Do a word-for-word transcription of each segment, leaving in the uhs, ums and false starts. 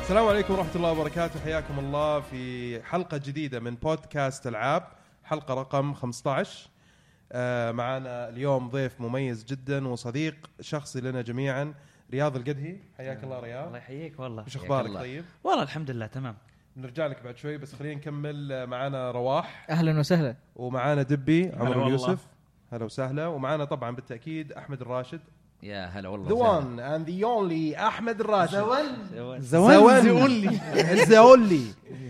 السلام عليكم ورحمة الله وبركاته. حياكم الله في حلقة جديدة من بودكاست ألعاب، حلقة رقم خمسة عشر. آه معنا اليوم ضيف مميز جدا وصديق شخصي لنا جميعا، رياض القدهي. حياك الله رياض. الله يحييك والله. وش أخبارك؟ طيب والله الحمد لله تمام. نرجع لك بعد شوي، بس خلينا نكمل. معنا رواح، أهلا وسهلا. ومعنا دبي عمر اليوسف، هلا وسهلا. ومعنا طبعا بالتأكيد أحمد الراشد. يا هلا والله. The one and the only أحمد الراشد. زوان زوان زولي زولي.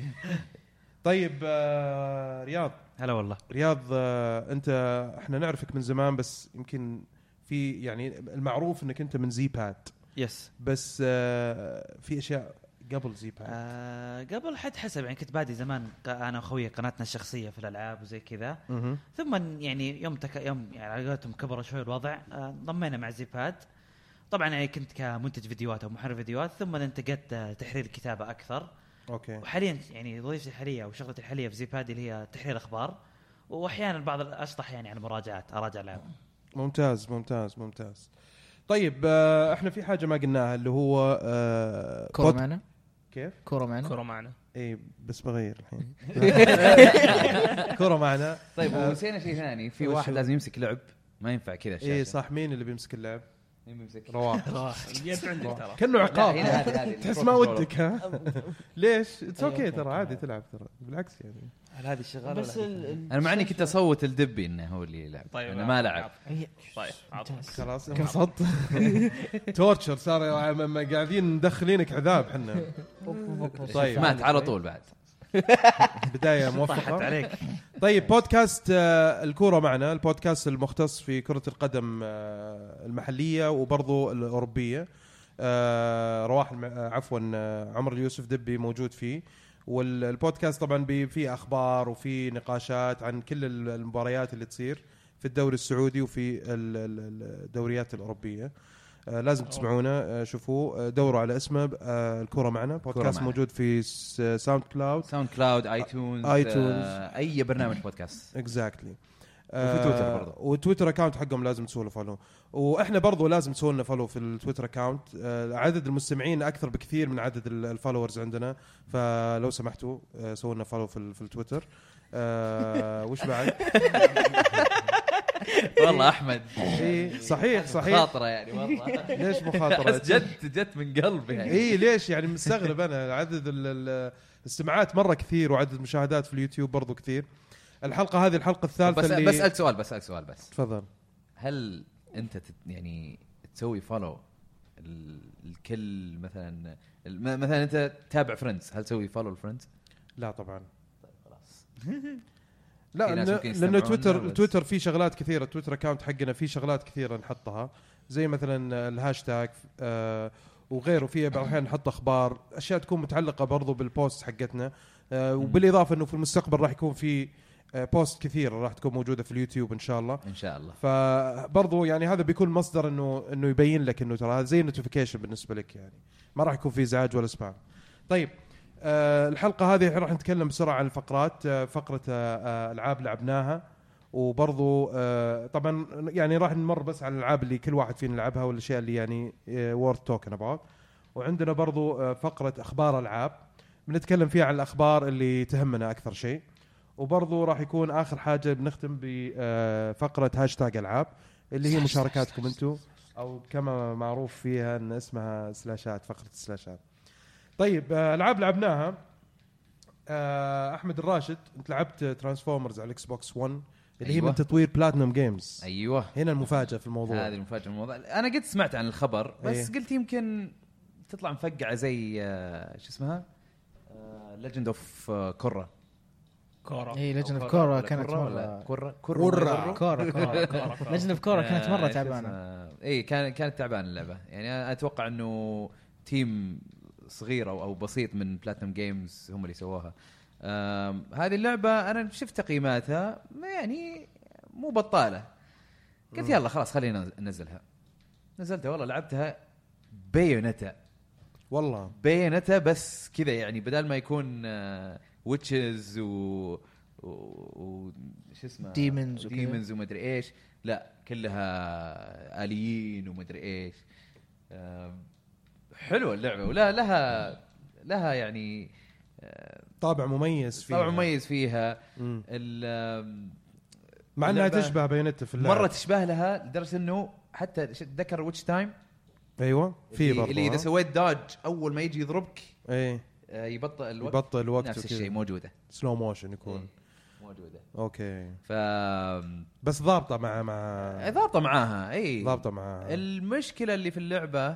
طيب آه رياض. هلا والله. رياض آه أنت إحنا نعرفك من زمان، بس يمكن في يعني المعروف إنك أنت من زي باد. يس. بس آه في أشياء قبل زي باد. آه قبل حد حسب يعني كنت بادي زمان أنا وأخوي قناتنا الشخصية في الألعاب وزي كذا. ثم يعني يوم تك يوم يعني على قولتهم كبر شوي الوضع، آه ضمينا مع زي باد. طبعا يعني كنت كمنتج فيديوهات أو محرر فيديوهات، ثم انتقلت تحرير الكتابة أكثر. أوكي. وحاليا يعني وظيفتي الحالية وشغلتي الحالية في زي باد اللي هي تحرير أخبار، وأحيانا بعض الأشطح يعني على مراجعات أراجع ألعاب. ممتاز ممتاز ممتاز. طيب آه احنا في حاجة ما قلناها اللي هو آه كورة معنا. كيف؟ كورة معنا. كورة معنا. ايه بس بغير الحين. كورة معنا. طيب ونسينا شيء ثاني، في واحد لازم يمسك لعب، ما ينفع كذا الشاشة. ايه صح. مين اللي بيمسك اللعب؟ مين بيمسك؟ رواح. اليد عندك ترى. كأنه عقاب. هذه تحس ما ودك ها؟ ليش؟ اتس اوكي ترى عادي تلعب ترى، بالعكس يعني. هل هذه الشغالة بس انا مع اني كنت اصوت الدبي انه هو اللي يلعب. طيب انا ما لعب. طيب خلاص انبسطت. تورتشر صار قاعدين مدخلينك عذاب حنا. طيب مات على طول بعد. بداية موفقة عليك. طيب بودكاست آه الكورة معنا، البودكاست المختص في كرة القدم آه المحلية وبرضو الأوروبية. آه رواح آه عفوا آه عمر اليوسف دبي موجود فيه. والبودكاست طبعا فيه أخبار وفيه نقاشات عن كل المباريات اللي تصير في الدوري السعودي وفي الدوريات الأوروبية. آه لازم تسمعونا. آه شوفوا دوروا على اسمه آه الكورة معنا. بودكاست معنا. موجود في ساوند كلاود ساوند كلاود اي تونز اي تونز آه اي برنامج بودكاست اكزاكتلي. آه وفي تويتر برضه، وتويتر اكاونت حقهم لازم تسووا فولو، واحنا برضه لازم تسووا لنا فولو في التويتر اكاونت. آه عدد المستمعين اكثر بكثير من عدد الفولورز عندنا، فلو سمحتوا آه سووا لنا فولو في في التويتر. آه وش بعد؟ والله احمد ايه صحيح صحيح خاطره يعني والله. ليش مخاطره؟ جت جت من قلبي يعني. ايه ليش يعني مستغرب انا. عدد الاستماعات مره كثير وعدد المشاهدات في اليوتيوب برضو كثير. الحلقه هذه الحلقه الثالثه بس اللي بسألك سؤال بسألك سؤال بس تفضل. هل انت تت يعني تسوي فولو الكل مثلا مثلا انت تتابع فريندز، هل تسوي فولو الفريندز؟ لا طبعا. طيب خلاص. لا لأنه تويتر تويتر فيه شغلات كثيرة. تويتر أكاونت حقنا فيه شغلات كثيرة نحطها، زي مثلا الهاشتاج آه وغيره. فيه بعض الأحيان نحط أخبار، أشياء تكون متعلقة برضو بالبوست حقتنا. آه وبالإضافة إنه في المستقبل راح يكون في آه بوست كثيرة راح تكون موجودة في اليوتيوب إن شاء الله. إن شاء الله. فبرضو يعني هذا بيكون مصدر إنه إنه يبين لك إنه ترى هذا زي نوتيفيكيشن بالنسبة لك، يعني ما راح يكون في إزعاج ولا سبام. طيب آه الحلقة هذه راح نتكلم بسرعة عن الفقرات. آه فقرة آه ألعاب لعبناها، وبرضو آه طبعا يعني راح نمر بس على الألعاب اللي كل واحد فينا لعبها والأشياء اللي يعني وورد توكن أبعاد. وعندنا برضو آه فقرة أخبار ألعاب بنتكلم فيها عن الأخبار اللي تهمنا أكثر شيء. وبرضو راح يكون آخر حاجة بنختم بفقرة هاشتاج ألعاب اللي هي مشاركاتكم أنتو، أو كما معروف فيها أن اسمها سلاشات، فقرة السلاشات. طيب ألعاب لعبناها. أحمد الراشد أنت لعبت ترانسفورمرز على الإكس بوكس ون اللي أيوة. هي من تطوير بلاتنوم جيمز. أيوة. هنا المفاجأة في الموضوع. هذه المفاجأة في الموضوع. أنا قد سمعت عن الخبر بس أيه. قلت يمكن تطلع مفقعة زي شو اسمها ليجند أوف كورة. كورة. إيه ليجند أوف كورة كانت مرة كورة كورة كورة كورة ليجند أوف كورة كانت مرة تعبانة. إيه كان كانت تعبانة اللعبة. يعني أنا أتوقع إنه تيم صغير أو أو بسيط من بلاتنوم جيمز هم اللي سووها. هذه اللعبة أنا شفت تقييماتها يعني مو بطالة. قلت يلا خلاص خلينا ننزلها. نزلتها والله لعبتها بايونيتا. والله بايونيتا بس كذا يعني بدل ما يكون ويتشز و و شو اسمه ديمونز ديمونز وما ادري ايش، لا كلها آليين وما ادري ايش. حلوه اللعبه ولا لها لها يعني طابع مميز فيها طابع مميز فيها مم. ال مع انها اللعبة تشبه بايونيتا في اللعبة مرة تشبه لها لدرجة انه حتى تذكر ويتش تايم ايوه في اللي, برضه اللي اذا سويت داج اول ما يجي يضربك ايه آه، يبطئ الوقت يبطئ الوقت نفس وكذا. الشيء موجودة سلو موشن يكون إيه. موجودة اوكي ف بس ضابطه مع مع ضابطة معاها اي ضابطه مع المشكلة اللي في اللعبة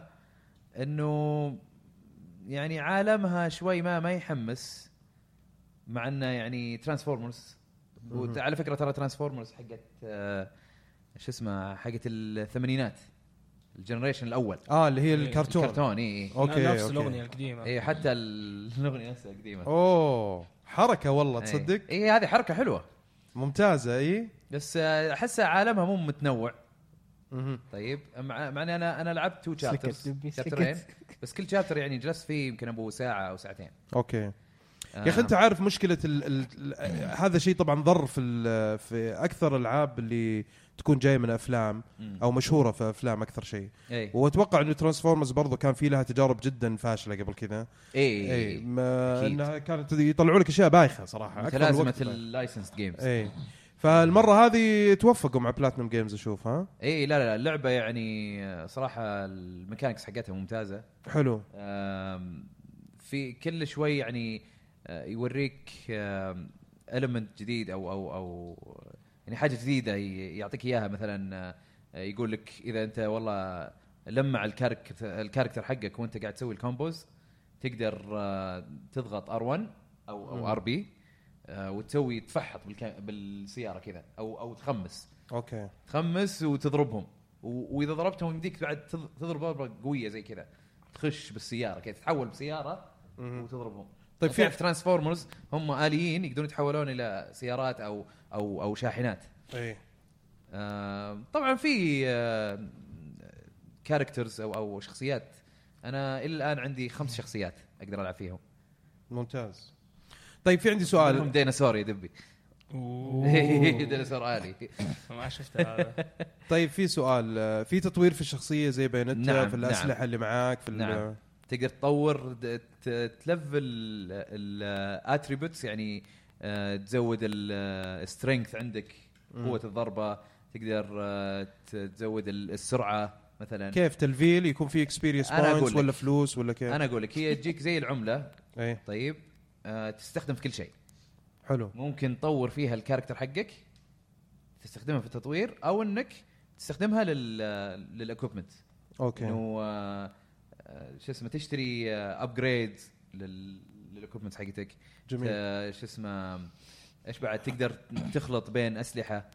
انه يعني عالمها شوي ما ما يحمس مع انه يعني ترانسفورمرز وعلى فكرة ترى ترانسفورمرز حقت آه، شو اسمه حقت الثمانينات الجنريشن الاول اه اللي هي الكرتون الكرتون اي اوكي نفس أوكي. الاغنيه القديمه. اي حتى الاغنيه نفسها القديمه اوه حركه والله تصدق اي هذه حركه حلوه ممتازه اي بس آه، احسها عالمها مو متنوع. مهم. طيب مع مع اني انا انا لعبت تو شابترز سلكت، شابترين بس كل شابتر يعني جلست فيه يمكن ابو ساعه او ساعتين. اوكي يا اخي انت عارف مشكله ال ال ال هذا شيء طبعا ضر في ال- في اكثر الالعاب اللي تكون جايه من افلام او مشهوره في افلام اكثر شيء. اي واتوقع انه ترانسفورمرز برضو كان في لها تجارب جدا فاشله قبل كذا. اي اي ما أكيد. انها كانت يطلعوا لك اشياء بايخه صراحه أكثر متلازمه الوقت. اللايسنس جيمز. اي فالمره هذه توفقوا مع بلاتنوم جيمز اشوف ها اي لا لا اللعبه يعني صراحه الميكانكس حقتها ممتازه. حلو. آم، في كل شوي يعني آه، يوريك إليمنت جديد او او او يعني حاجه جديده ي- يعطيك اياها مثلا آه، يقول لك اذا انت والله لمع الكاركتر الكاركتر حقك وانت قاعد تسوي الكومبوز تقدر آه، تضغط ار واحد او او ار بي وتسوي تفحط بالك- بالسياره كذا او او تخمس اوكي تخمس وتضربهم و- واذا ضربتهم يمديك بعد تض- تضرب ضربه قويه زي كذا تخش بالسياره كذا تتحول بسياره وتضربهم. طيب في في ترانسفورمرز هم آليين يقدرون يتحولون الى سيارات او او او شاحنات. اي آه طبعا في آه كاركترز او او شخصيات انا الى الان عندي خمس شخصيات اقدر العب فيهم. ممتاز. طيب في عندي هم سؤال ديناصور يا دبي. أوه. ديناصور آلي. ما شفت هذا. طيب في سؤال آه، في تطوير في الشخصيه زي بينتا نعم، في الاسلحه نعم. اللي معاك في نعم. تقدر تطور د- ت- تلفل الاتريبوتس يعني آه، تزود السترينث عندك قوه الضربه تقدر آه، ت- تزود ال- السرعه مثلا. كيف تلفيل يكون في اكسبيرينس أنا أقول بوينتس لك. ولا فلوس ولا كيف؟ انا اقول لك هي تجيك زي العمله. ايه طيب آه، تستخدم في كل شيء. حلو. ممكن تطور فيها الكاركتر حقك تستخدمها في التطوير او انك تستخدمها لل للاكويبمنت اوكي انه آه، آه، شو اسمه تشتري ابجريد للاكويبمنت حقتك. جميل. آه، شو اسمه ايش بعد تقدر تخلط بين اسلحه.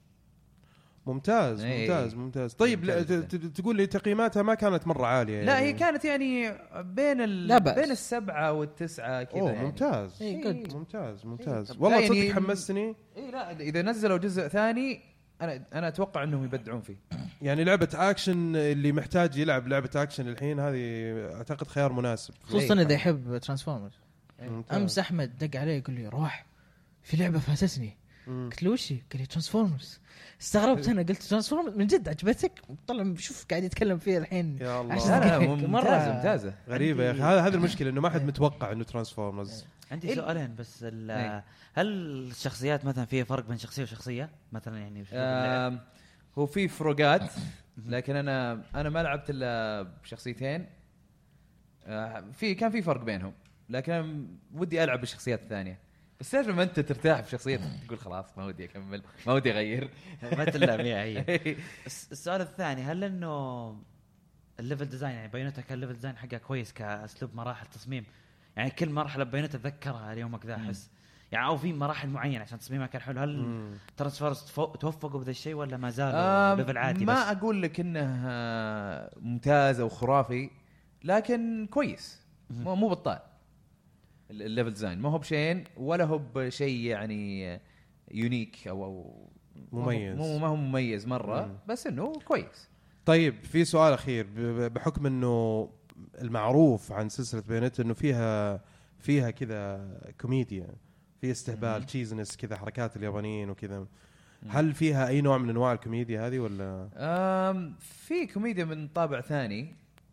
ممتاز إيه. ممتاز ممتاز. طيب لا، ممتاز ت- ت- تقول لي تقييماتها ما كانت مره عاليه لا يعني. هي كانت يعني بين ال... لا بأس. بين السبعه والتسعه كذا. اوه يعني. ممتاز إيه، good. ممتاز ممتاز طب والله لا تصدق يعني- حمستني. اي لا اذا نزلوا جزء ثاني انا انا اتوقع انهم يبدعون فيه. يعني لعبه اكشن اللي محتاج يلعب لعبه اكشن الحين هذه اعتقد خيار مناسب. خصوصا إيه. اذا يحب ترانسفورمرز. ممتاز. امس احمد دق علي يقول لي روح في لعبه فاتتني. مم. قلت له وش هي؟ قال لي ترانسفورمرز. استغربت انا قلت ترانسفورمرز من جد عجبتك؟ طلع شوف قاعد يتكلم فيها الحين يا الله. عشان لا لا دقائق. ممتازه مرة- ممتازه. غريبه يا اخي هذا هذا المشكله انه ما حد متوقع انه ترانسفورمرز. عندي ال- سؤالين بس ال- إيه. هل الشخصيات مثلا فيها فرق بين شخصيه وشخصيه مثلا يعني في اللعب؟ آم، هو في فروقات لكن انا انا ما لعبت الا بشخصيتين. آه، في كان في فرق بينهم لكن أنا ودي العب بالشخصيات الثانيه. بس تعرف لما انت ترتاح في شخصيتك تقول خلاص ما ودي اكمل ما ودي اغير. ما تلعب هي هي. الس- السؤال الثاني هل انه الليفل ديزاين يعني بايونيتا كان الليفل ديزاين حقه كويس كاسلوب مراحل تصميم يعني كل مرحله بايونيتا اتذكرها اليومك ذا احس يعني او في مراحل معينه عشان تصميمها كان حلو. هل ترانسفورمرز توفقوا بذا الشيء ولا ما زالوا آم، ليفل عادي؟ ما بس اقول لك انه آه، ممتاز او خرافي لكن كويس مو مو بطال. ال- الليفل ديزاين ما هو بشيء ولا هو بشيء يعني يونيك او او مميز. مو ما هو مميز مره مم. بس انه كويس. طيب في سؤال اخير ب- ب- بحكم انه المعروف عن سلسله بايونيتا انه فيها فيها كذا كوميديا في استهبال تشيزنس كذا حركات اليابانيين وكذا. هل فيها اي نوع من انواع الكوميديا هذه ولا؟ آم، في كوميديا من طابع ثاني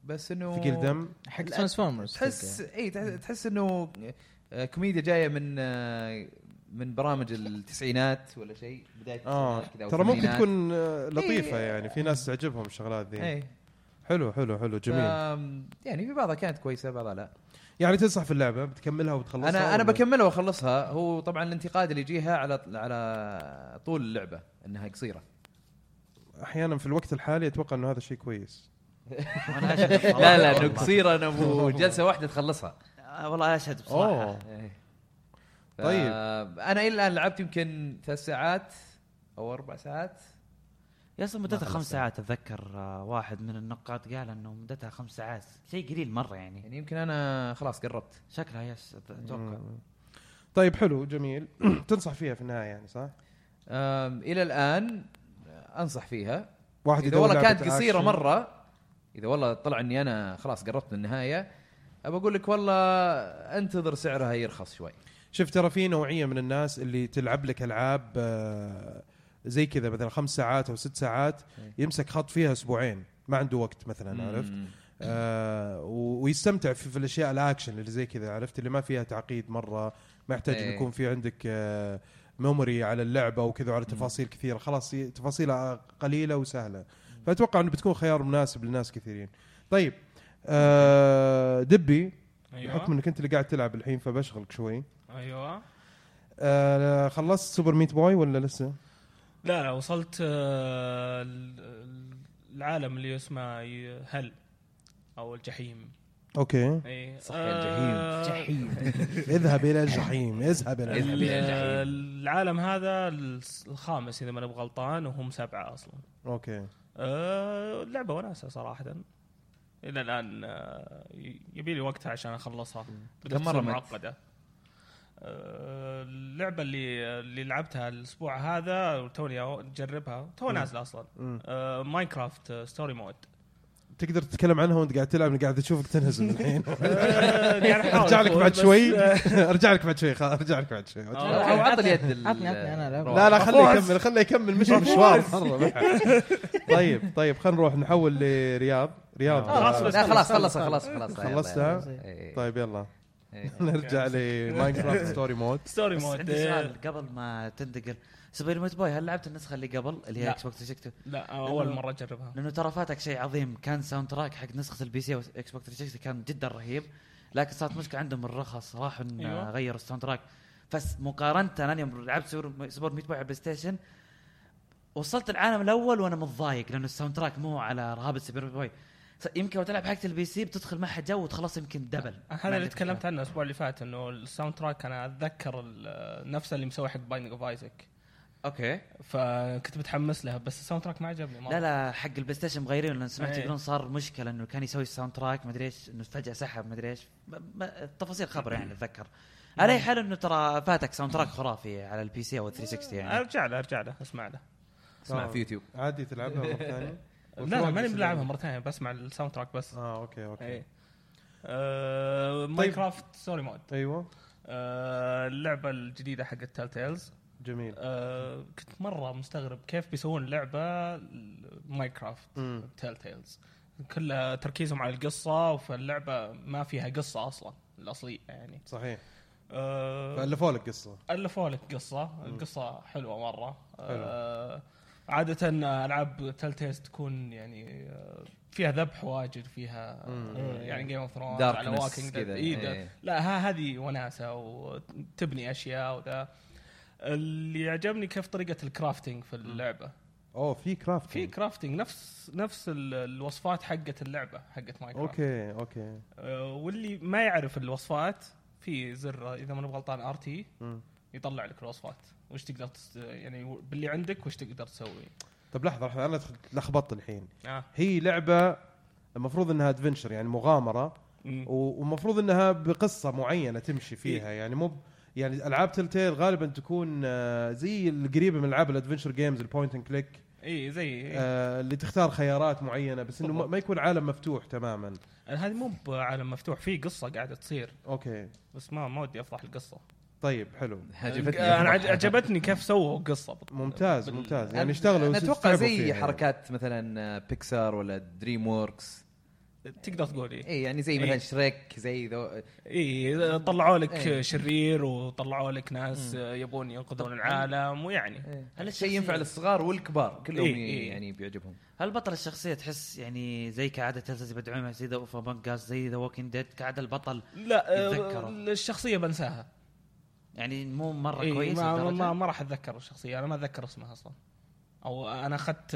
بس انه ثقيل دم حق ترانسفورمرز تحس اي تحس انه كوميديا جايه من من برامج التسعينات ولا شيء بدايه اه كذا ترى ممكن تكون لطيفه إيه يعني في ناس تعجبهم الشغلات ذي ايه حلو حلو حلو جميل يعني في بعضها كانت كويسه بعضها لا يعني تنصح في اللعبه بتكملها وتخلصها انا انا بكملها واخلصها هو طبعا الانتقاد اللي يجيها على على طول اللعبه انها قصيره احيانا في الوقت الحالي اتوقع انه هذا شيء كويس لا لا انه قصيره انا مو جلسه واحده تخلصها والله اشهد بصراحه طيب انا الى الان لعبت يمكن ثلاث ساعات او اربع ساعات يا اصلا مدتها خمس ساعات اتذكر واحد من النقاد قال انه مدتها خمس ساعات شيء قليل مره يعني يعني يمكن انا خلاص قربت شكلها يس اتوقع. طيب حلو جميل تنصح فيها في النهايه يعني صح الى الان انصح فيها واحد اذا والله كانت قصيره مره اذا والله طلع اني انا خلاص قربت من النهايه ابى اقول لك والله انتظر سعرها يرخص شوي. شوف ترى في نوعيه من الناس اللي تلعب لك العاب زي كذا مثلا خمس ساعات او ست ساعات يمسك خط فيها اسبوعين ما عنده وقت مثلا عرفت آه ويستمتع في, في الاشياء الاكشن اللي زي كذا عرفت اللي ما فيها تعقيد مره ما يحتاج أن يكون في عندك آه ميموري على اللعبه وكذا على تفاصيل كثيره خلاص تفاصيلها قليله وسهله فاتوقع انه بتكون خيار مناسب للناس كثيرين. طيب آه دبي أيوة. بحكم انك انت اللي قاعد تلعب الحين فبشغلك شوي. ايوه آه خلصت سوبر ميت بوي ولا لسه؟ لا لا وصلت آه العالم اللي اسمه هل او الجحيم. اوكي اي صح الجحيم آه جحيم اذهب الى الجحيم اذهب الى الجحيم. العالم هذا الخامس اذا ما انا غلطان وهم سبعه اصلا. اوكي آه اللعبه وناسه صراحه الى الان آه يبي لي وقتها عشان اخلصها كم مره معقده. آه اللعبه اللي اللي لعبتها الاسبوع هذا وتوني اجربها تو نازله اصلا آه ماينكرافت ستوري مود. تقدر تتكلم عنها وانت قاعد تلعب قاعد اشوفك تنهزم الحين. ارجع لك بعد شوي ارجع لك بعد شوي ارجع لك بعد شوي او عط اليد عطني عطني انا لا لا خليه يكمل خليه يكمل مش مشوار مره. طيب طيب خلينا نروح نحول لرياض. رياض خلاص خلاص خلص خلاص خلاص خلصتها. طيب يلا نرجع لماينكرافت ستوري مود. ستوري مود عندي سؤال قبل ما تنتقل سوبر ميت بوي هل لعبت النسخه اللي قبل اللي هي اكس بوكس تلاتة وستين؟ لا اول مره اجربها لانه ترى فاتك شيء عظيم كان ساوند تراك حق نسخه البي سي واكس بوكس تلاتة وستين كان جدا رهيب لكن صارت مشكله عندهم الرخص راحوا أيوة. غيروا الساوند تراك بس مقارنه انا يوم لعبت سوبر ميت بوي على بلاي ستيشن وصلت العالم الاول وانا متضايق لانه الساوند تراك مو على رهابه سوبر ميت بوي يمكن لو تلعب حق البي سي بتدخل معها جو وتخلص يمكن دبل. هذا اللي تكلمت عنه الاسبوع اللي فات انه الساوند تراك انا اتذكر نفسه اللي مسوي حق بايندينج اوف ايزك اوكي فكنت متحمس لها بس الساوند تراك ما عجبني مره. لا لا حق البلاي ستيشن مغيرين لان سمعت يقولون صار مشكله انه كان يسوي الساوند تراك ما ادري ايش انه فجاه سحب ما ادري ايش التفاصيل خبر يعني اتذكر على اي حال انه ترى فاتك ساوند تراك خرافي على البي سي او ثلاثمية وستين يعني ارجع له ارجع له اسمع له اسمع في يوتيوب عادي تلعبها مره ثانيه. لا لا ماني بلعبها مره ثانيه بسمع الساوند تراك بس. اه اوكي اوكي ايه. آه ماينكرافت ستوري مود. ايوه آه اللعبه الجديده حق التال تيلز جميل. آه كنت مره مستغرب كيف بيسوون لعبه ماينكرافت تال تيلز كلها تركيزهم على القصه وفي اللعبه ما فيها قصه اصلا الاصليه يعني. صحيح. آه فألفوا لك قصه ألفوا لك قصه القصه حلوه مره. حلو. آه عادة ألعاب تلتيز تكون يعني فيها ذبح واجد فيها يعني جيم اوف ثرونز على واكينج ديد إيه. لا ها هذه وناسة وتبني أشياء وذا. اللي عجبني كيف طريقة الكرافتينج في اللعبة. أوه في كرافتينج في كرافتينج نفس نفس الوصفات حقة اللعبة حقة ماينكرافت. أوكي أوكي. واللي ما يعرف الوصفات في زر إذا ما أنا غلطان آر تي يطلع لك الوصفات وش تقدر تست... يعني باللي عندك وش تقدر تسوي. طب لحظة لحظة أنا لخبطت الحين. آه. هي لعبة المفروض إنها أدفنشر يعني مغامرة ومفروض إنها بقصة معينة تمشي فيها إيه؟ يعني مو يعني ألعاب تلتيل غالبا تكون زي القريبة من ألعاب الأدفنشر جيمز البوينت أند كليك. إيه زي إيه؟ آه اللي تختار خيارات معينة بس إنه ما يكون عالم مفتوح تماما. هذه مو بعالم مفتوح فيه قصة قاعدة تصير. أوكي. بس ما ما ودي أفضح القصة. طيب حلو. انا عجبتني كيف سووا قصه. ممتاز بال... ممتاز يعني اشتغلوا نتوقع زي حركات مثلا بيكسار ولا دريم ووركس تقدر تقول إيه إيه يعني زي مثلا شريك زي ذو إيه طلعوا لك إيه. شرير وطلعوا لك ناس م. يبون ينقذون العالم ويعني إيه. هل الشيء ينفع للصغار والكبار كلهم إيه. إيه. يعني بيعجبهم. هل بطل الشخصية تحس يعني زي كعادة تلتزم بدعمها زي ذا اوف بانكاس زي ذا ووكينج ديد كعادة البطل لا يتذكره. الشخصية بنساها يعني مو مرة إيه كويس ما, ما, ما راح أتذكر الشخصية أنا ما أتذكر اسمها أصلا أو أنا أخذت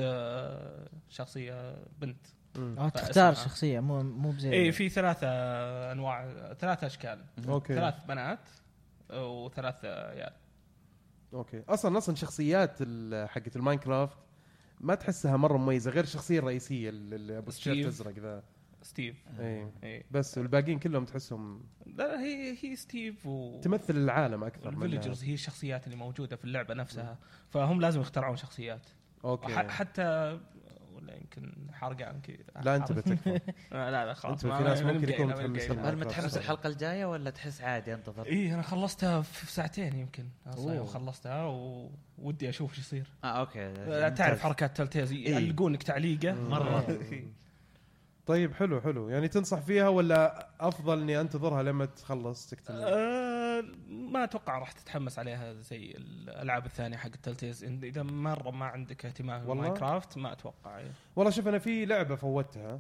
شخصية بنت أو تختار شخصية مو مو بزي إيه في ثلاثة أنواع ثلاثة أشكال أوكي. ثلاث بنات وثلاث عيال. أوكي أصلا أصلا شخصيات حقت الماينكرافت ما تحسها مرة مميزة غير الشخصية الرئيسية اللي أبو الشيرت أزرق ذا ستيف. إيه. إيه. بس الباقيين كلهم تحسهم لا هي هي ستيف و... تمثل العالم أكثر. الفيليجرز هي الشخصيات اللي موجودة في اللعبة نفسها م. فهم لازم يخترعون شخصيات. أوكي. حتى ولا يمكن حرقان كذا. لا أنت بتكفى. لا لا خلاص. في ناس ممكن يكون متحمس. هل متحمس الحلقة الجاية ولا تحس عادي انتظر؟ إيه أنا خلصتها في ساعتين يمكن. أصلاً خلصتها وودي أشوف شو يصير. آه أوكي. لا تعرف حركات تلتيز يلقونك تعليقة مرة. طيب حلو حلو يعني تنصح فيها ولا أفضل إني أنتظرها لما تخلص تكتمل؟ أه ما أتوقع راح تتحمس عليها زي الألعاب الثانية حق التلتيز إذا مرة ما عندك اهتمام بماينكرافت ما أتوقع. والله شوف أنا في لعبة فوتها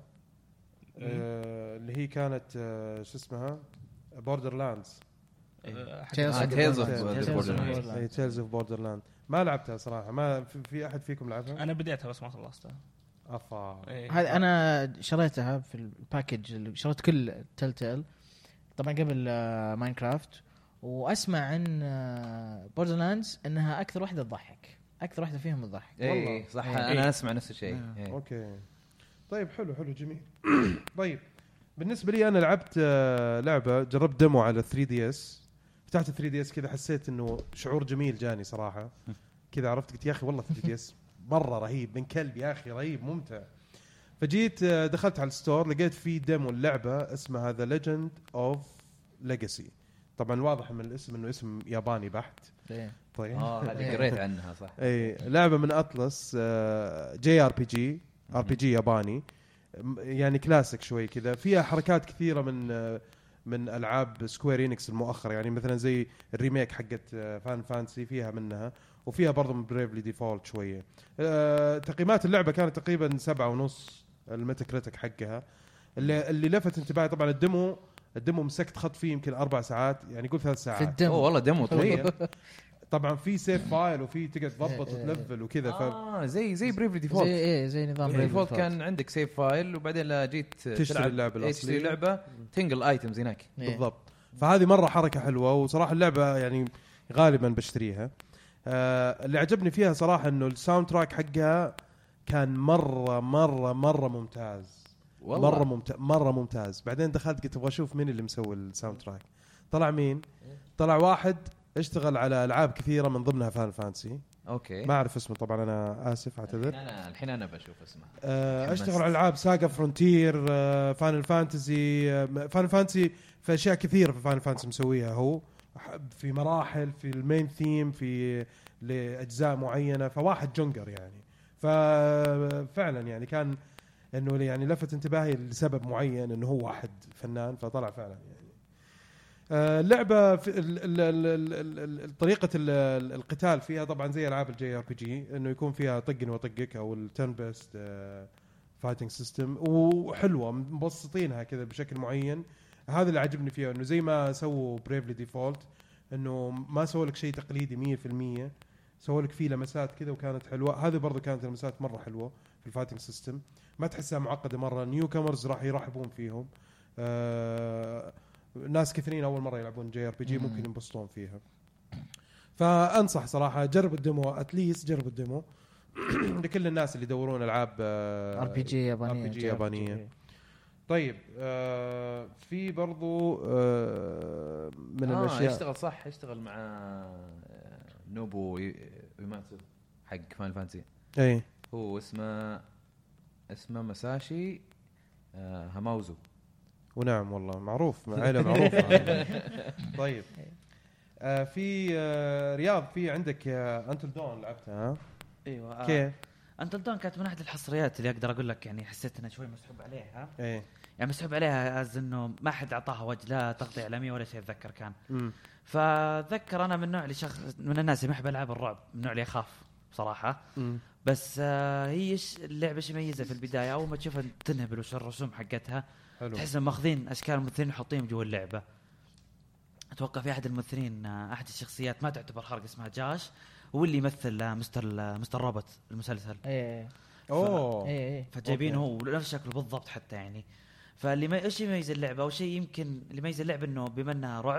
أه اللي هي كانت أه شو اسمها بوردرلاندز. تيلز اوف بوردرلاند ما لعبتها صراحة. ما في أحد فيكم لعبها؟ أنا بديتها بس ما خلصتها. أفا هذا أنا شريتها في الباكج اللي شريت كل تلتيل طبعا قبل ماينكرافت وأسمع عن بوردرلاندز إنها أكثر واحدة تضحك أكثر واحدة فيهم تضحك. والله صح. إيه. أنا أسمع نفس الشيء. إيه. أوكي طيب حلو حلو جميل. طيب بالنسبة لي أنا لعبت لعبة جربت ديمو على ثري دي إس. فتحت ثري دي إس كذا حسيت إنه شعور جميل جاني صراحة كذا عرفت قلت يا أخي والله ثري دي إس مرة رهيب من كلب يا أخي رهيب ممتع. فجيت دخلت على الستور لقيت في ديمو اللعبة اسمها The Legend of Legacy. طبعا واضح من الاسم إنه اسم ياباني بحت. طيب آه هذه قريت عنها صح. أي لعبة من أطلس جي آر بي جي آر بي جي ياباني يعني كلاسيك شوي كذا فيها حركات كثيرة من من ألعاب سكوير إنكس المؤخرة يعني مثلا زي الريميك حقت فان فانسي فيها منها وفيها برضو من بريفلي ديفولت شوية. أه تقييمات اللعبة كانت تقريبا سبعة ونص الميتا كريتيك حقها. اللي, اللي لفت انتباهي طبعا الديمو الديمو مسكت خط فيه يمكن أربع ساعات يعني قول ثلاث ساعات. في الديمو أوه والله ديمو طويل. طبعا في سيف فايل وفي تقدر تضبط وتلفل وكذا. آه زي زي بريفلي ديفولت. زي إيه زي نظام بريفلي ديفولت كان عندك سيف فايل وبعدين لا جيت تشتري اللعبة الأصلية تشتري لعبة تنقل ايتمز هناك. بالضبط. فهذه مرة حركة حلوة وصراحة اللعبة يعني غالبا بشتريها. آه اللي عجبني فيها صراحة انه الساوند تراك حقها كان مرة مرة مرة ممتاز. والله. مرة ممتاز مرة ممتاز. بعدين دخلت قلت ابغى اشوف مين اللي مسوي الساوند تراك. طلع مين؟ طلع واحد اشتغل على العاب كثيرة من ضمنها فان فانسي. اوكي ما اعرف اسمه طبعا انا اسف اعتذر. انا الحين انا بشوف اسمه. آه اشتغل على العاب ساغا فرونتير آه فاينل فانتسي آه فاينل فانتسي في اشياء كثيرة في فاينل فانتسي مسويها هو في مراحل في المين ثيم في لأجزاء معينة. فواحد جونجر يعني ففعلا يعني كان انه يعني لفت انتباهي لسبب معين انه هو واحد فنان فطلع فعلا يعني. اللعبة في طريقة القتال فيها طبعا زي ألعاب الجي آر بي جي إنه يكون فيها طقني وطقك أو التيرن بيست فايتنج سيستم وحلوة مبسطينها كذا بشكل معين. هذا اللي عجبني فيها إنه زي ما سووا بريفلي ديفولت إنه ما سووا لك شيء تقليدي مية في المية سووا لك فيه لمسات كذا وكانت حلوة. هذه برضو كانت لمسات مرة حلوة في الفايتنج سيستم ما تحسها معقدة مرة. نيو كامرز راح يرحبون فيهم. آه ناس كثيرين أول مرة يلعبون جي آر بي جي ممكن ينبسطون فيها. فأنصح صراحة جرب الديمو أتليست جرب الديمو لكل الناس اللي يدورون ألعاب آر بي جي يابانية. آر بي جي يابانية. طيب آه في برضو آه من آه الأشياء يشتغل صح يشتغل مع نوبو يماتسو حق فاينل فانتسي. أي هو اسمه اسمه مساشي آه هاماوزو. ونعم والله معروف عائلة معروفة. طيب آه في آه رياض في عندك آه أنتل دون لعبتها ها؟ ايوه كيف انتل دون كانت من احد الحصريات اللي اقدر اقول لك يعني حسيت انها شوي مسحوب عليها. ايه يعني مسحوب عليها از انه ما حد اعطاها وجه، لا تغطيه اعلاميه ولا شيء اتذكر كان. مم. فذكر انا من نوع اللي شخص من الناس اللي ما يحب العاب الرعب، من نوع اللي يخاف بصراحه. مم. بس آه هي اللعبه شيء ميزه في البدايه، اول ما تشوفها تنهبل وش الرسوم حقتها، حلو. تحس انهم ماخذين اشكال الممثلين وحاطينهم جوا اللعبه. اتوقع في احد الممثلين آه احد الشخصيات ما تعتبر حرق اسمها جاش، هو اللي يمثل آه مستر آه مستر روبوت المسلسل. ايه اوه ايه ايه فجايبينه هو نفس شكله بالضبط حتى يعني. فاللي ما ايش يميز اللعبه او شيء يمكن اللي يميز اللعبه انه بما انها رعب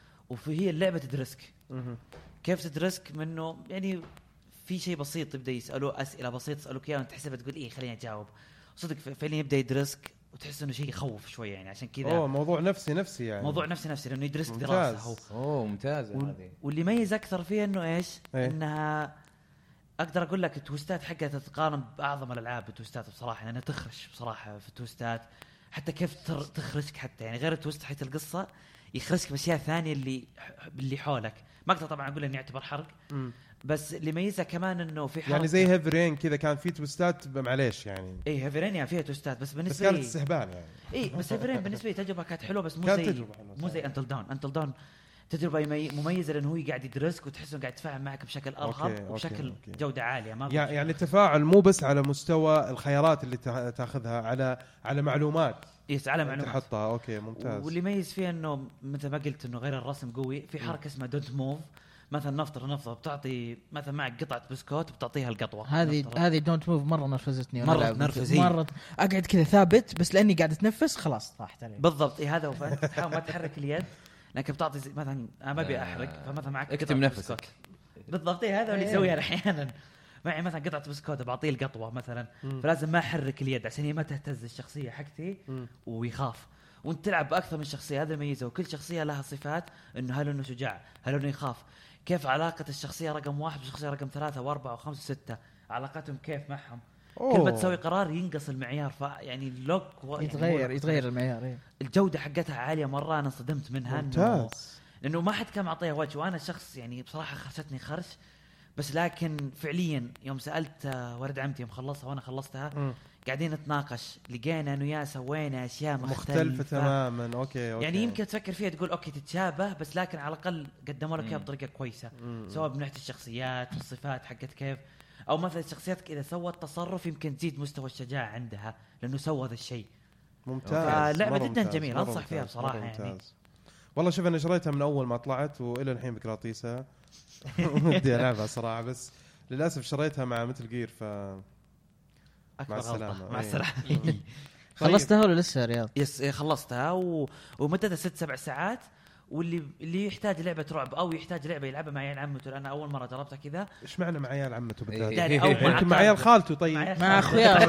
وفي اللعبه تدرسك. مم. كيف تدرسك منه يعني في شيء بسيط يبدا يسالوه اسئله بسيطه يسالوك اياها وانت تحسبها تقول ايه خليني اجاوب صدق فعليا يبدا يدرسك وتحس انه شيء يخوف شويه يعني. عشان كذا اوه موضوع نفسي نفسي يعني موضوع نفسي نفسي لانه يدرسك ممتاز. دراسه هو. اوه ممتاز وال... هذه. واللي يميز اكثر فيها انه ايش إيه؟ انها اقدر اقول لك التويستات حقها تتقارن باعظم الالعاب التويستات بصراحه، لانها تخرش بصراحه في التويستات. حتى كيف تر... تخرجك حتى يعني غير التويست حتى القصه يخرجك باشياء ثانيه اللي اللي حولك. ما اقدر طبعا اقول انه يعتبر حرق. مم. بس اللي يميزها كمان انه في حركه يعني زي هيفرين كذا كان في تويستات معليش يعني. ايه هيفرين يعني فيها تويستات بس بس بالنسبه كانت لي استهبال يعني. ايه بس هيفرين بالنسبه لي تجربه كانت حلوه بس مو كانت زي تجربة حلوة، مو زي صح. انتل داون. انتل داون تجربه يمي- مميزه لانه هو قاعد يدرسك وتحس انه قاعد يتفاعل معك بشكل ارهب أوكي، وبشكل أوكي. جوده عاليه. ما يعني يعني التفاعل مو بس على مستوى الخيارات اللي تا- تاخذها على على معلومات يس على معلومات. تحطها. اوكي ممتاز. واللي يميز فيه انه مثل ما قلت انه غير الرسم قوي في حركه اسمها دونت موف. مثلا نفطر نفطر بتعطي مثلا معك قطعه بسكوت بتعطيها القطوه. هذه نفطر. هذه دونت موف مره نرفزتني مرة وأنا ألعب. تنرفز، مره اقعد كذا ثابت بس لاني قاعد اتنفس خلاص طاحت علي. بالضبط إيه هذا هو. فانت تحاول ما تحرك اليد لانك بتعطي زي- مثلا انا ما ابي احرق فمثلا معك اكتم قطعة نفسك. بسكوت. بالضبط إيه هذا اللي إيه. يسويه احيانا معي مثلا قطعه بسكوت بعطيه القطوه مثلا. مم. فلازم ما احرك اليد عشان هي ما تهتز الشخصيه حقتي مم. ويخاف. وانت تلعب باكثر من شخصيه هذا يميزه وكل شخصيه لها صفات انه هل انه شجاع هل انه يخاف كيف علاقه الشخصيه رقم واحد بالشخصيه رقم ثلاثة واربعة وخمسة وستة علاقتهم كيف معهم. أوه. كل ما تسوي قرار ينقص المعيار فيعني اللوك و... يتغير يعني يتغير المعيار. إيه. الجوده حقتها عاليه مره. انا صدمت منها انه ممتاز. لانه ما حد كان معطيها وجه وانا شخص يعني بصراحه خرشتني خرش. بس لكن فعليا يوم سالت آه، ولد عمتي يوم خلصها وانا خلصتها مم. قاعدين نتناقش لقينا انه يا سوينا اشياء مختلفه, مختلفة تماما. اوكي اوكي يعني يمكن تفكر فيها تقول اوكي تتشابه بس لكن على الاقل قدموا لك اياها مم. بطريقه كويسه. مم. سواء من ناحيه الشخصيات والصفات حقت كيف او مثلا الشخصيات اذا سوت تصرف يمكن تزيد مستوى الشجاعه عندها لانه سوى هذا الشيء. ممتاز. لعبة مرة جداً ممتاز. جميلة، مرة أنصح ممتاز. فيها بصراحة مرة يعني. ممتاز. والله شوف انا شريتها من اول ما طلعت والى الحين بقراطيسها. ودي العبها صراحه بس للاسف شريتها مع مثل جير ف أكبر مع غلطة. السلامة. مع أيه. السلامه. خلصتها ولا لسه يا رياض؟ يس إيه خلصتها و... ومدتها ست سبع ساعات. واللي اللي يحتاج لعبه رعب او يحتاج لعبه يلعبها مع عيال عمته. انا اول مره جربتها كذا ايش معنى مع عيال عمته بالذات؟ إيه. يعني او يمكن مع عيال خالته. طيب مع اخويا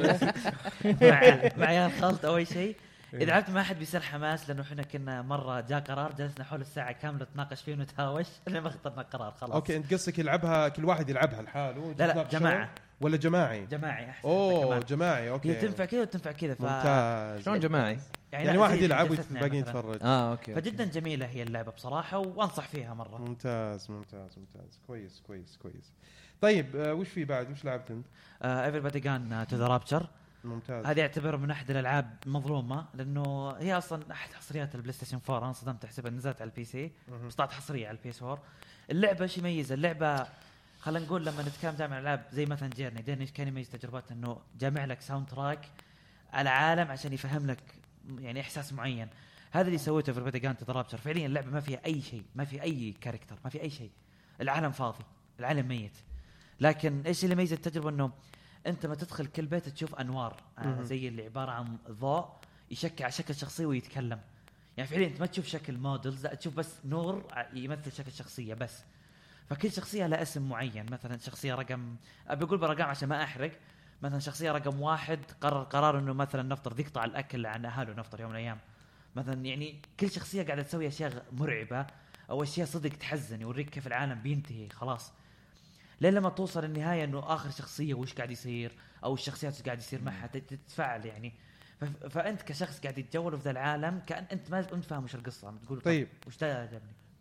مع مع عيال خالته اول شيء. اذا لعبت ما حد بيصير حماس لانه احنا كنا مره جاء قرار جلسنا حول الساعه كامله نتناقش فيه ونتهاوش لين ما اخترنا قرار خلاص. اوكي انت قصدك يلعبها كل واحد يلعبها لحاله؟ لا لا تتناقشون؟ جماعه ولا جماعي؟ جماعي احسن. اوه كمان. جماعي. اوكي هي تنفع كذا وتنفع كذا ف ممتاز. شلون جماعي؟ يعني لا، واحد زي يلعب جلستنا والباقي مثلاً. يتفرج. اه اوكي فجدا جميله هي اللعبه بصراحه وانصح فيها مره. ممتاز ممتاز ممتاز. كويس كويس كويس. طيب آه وش في بعد؟ وش لعبت انت؟ ايفربادي جان تو ذا رابتشر. ممتاز. هذه اعتبر من احد الالعاب مظلومه لانه هي اصلا احد حصريات البلاي ستيشن فور. انا صدمت احسبها نزلت على البي سي مهم. بس طلعت حصريه على البي اس فور. اللعبه شيء يميز اللعبه. خلينا نقول لما نتكلم دائما عن العاب زي مثلا جيرني جيرني كان يميز تجربته انه جامع لك ساوند تراك على عالم عشان يفهم لك يعني احساس معين. هذا اللي سويته في ريبيت جان تو ذا رابتشر. فعليا اللعبه ما فيها اي شيء ما في اي كاركتر ما في اي شيء. العالم فاضي العالم ميت. لكن ايش اللي يميز التجربه انه انت ما تدخل كل بيت تشوف انوار آه مهم. زي اللي عباره عن ضوء يشكل على شكل شخصيه ويتكلم. يعني فعليا انت ما تشوف شكل موديلز لا تشوف بس نور يمثل شكل شخصيه بس. فكل شخصيه لها اسم معين. مثلا شخصيه رقم ابي اقول برقم عشان ما احرق. مثلا شخصيه رقم واحد قرر قرار انه مثلا نفطر يقطع الاكل عن اهله نفطر يوم من الايام. مثلا يعني كل شخصيه قاعده تسوي اشياء مرعبه او اشياء صدق تحزن يوريك كيف العالم بينتهي خلاص. لين لما توصل النهايه انه اخر شخصيه وش قاعد يصير او الشخصيات وش قاعد يصير معها تتفاعل يعني. فانت كشخص قاعد يتجول في ذا العالم كان انت ما انت فاهم وش القصه تقول طيب وش ده عجبني.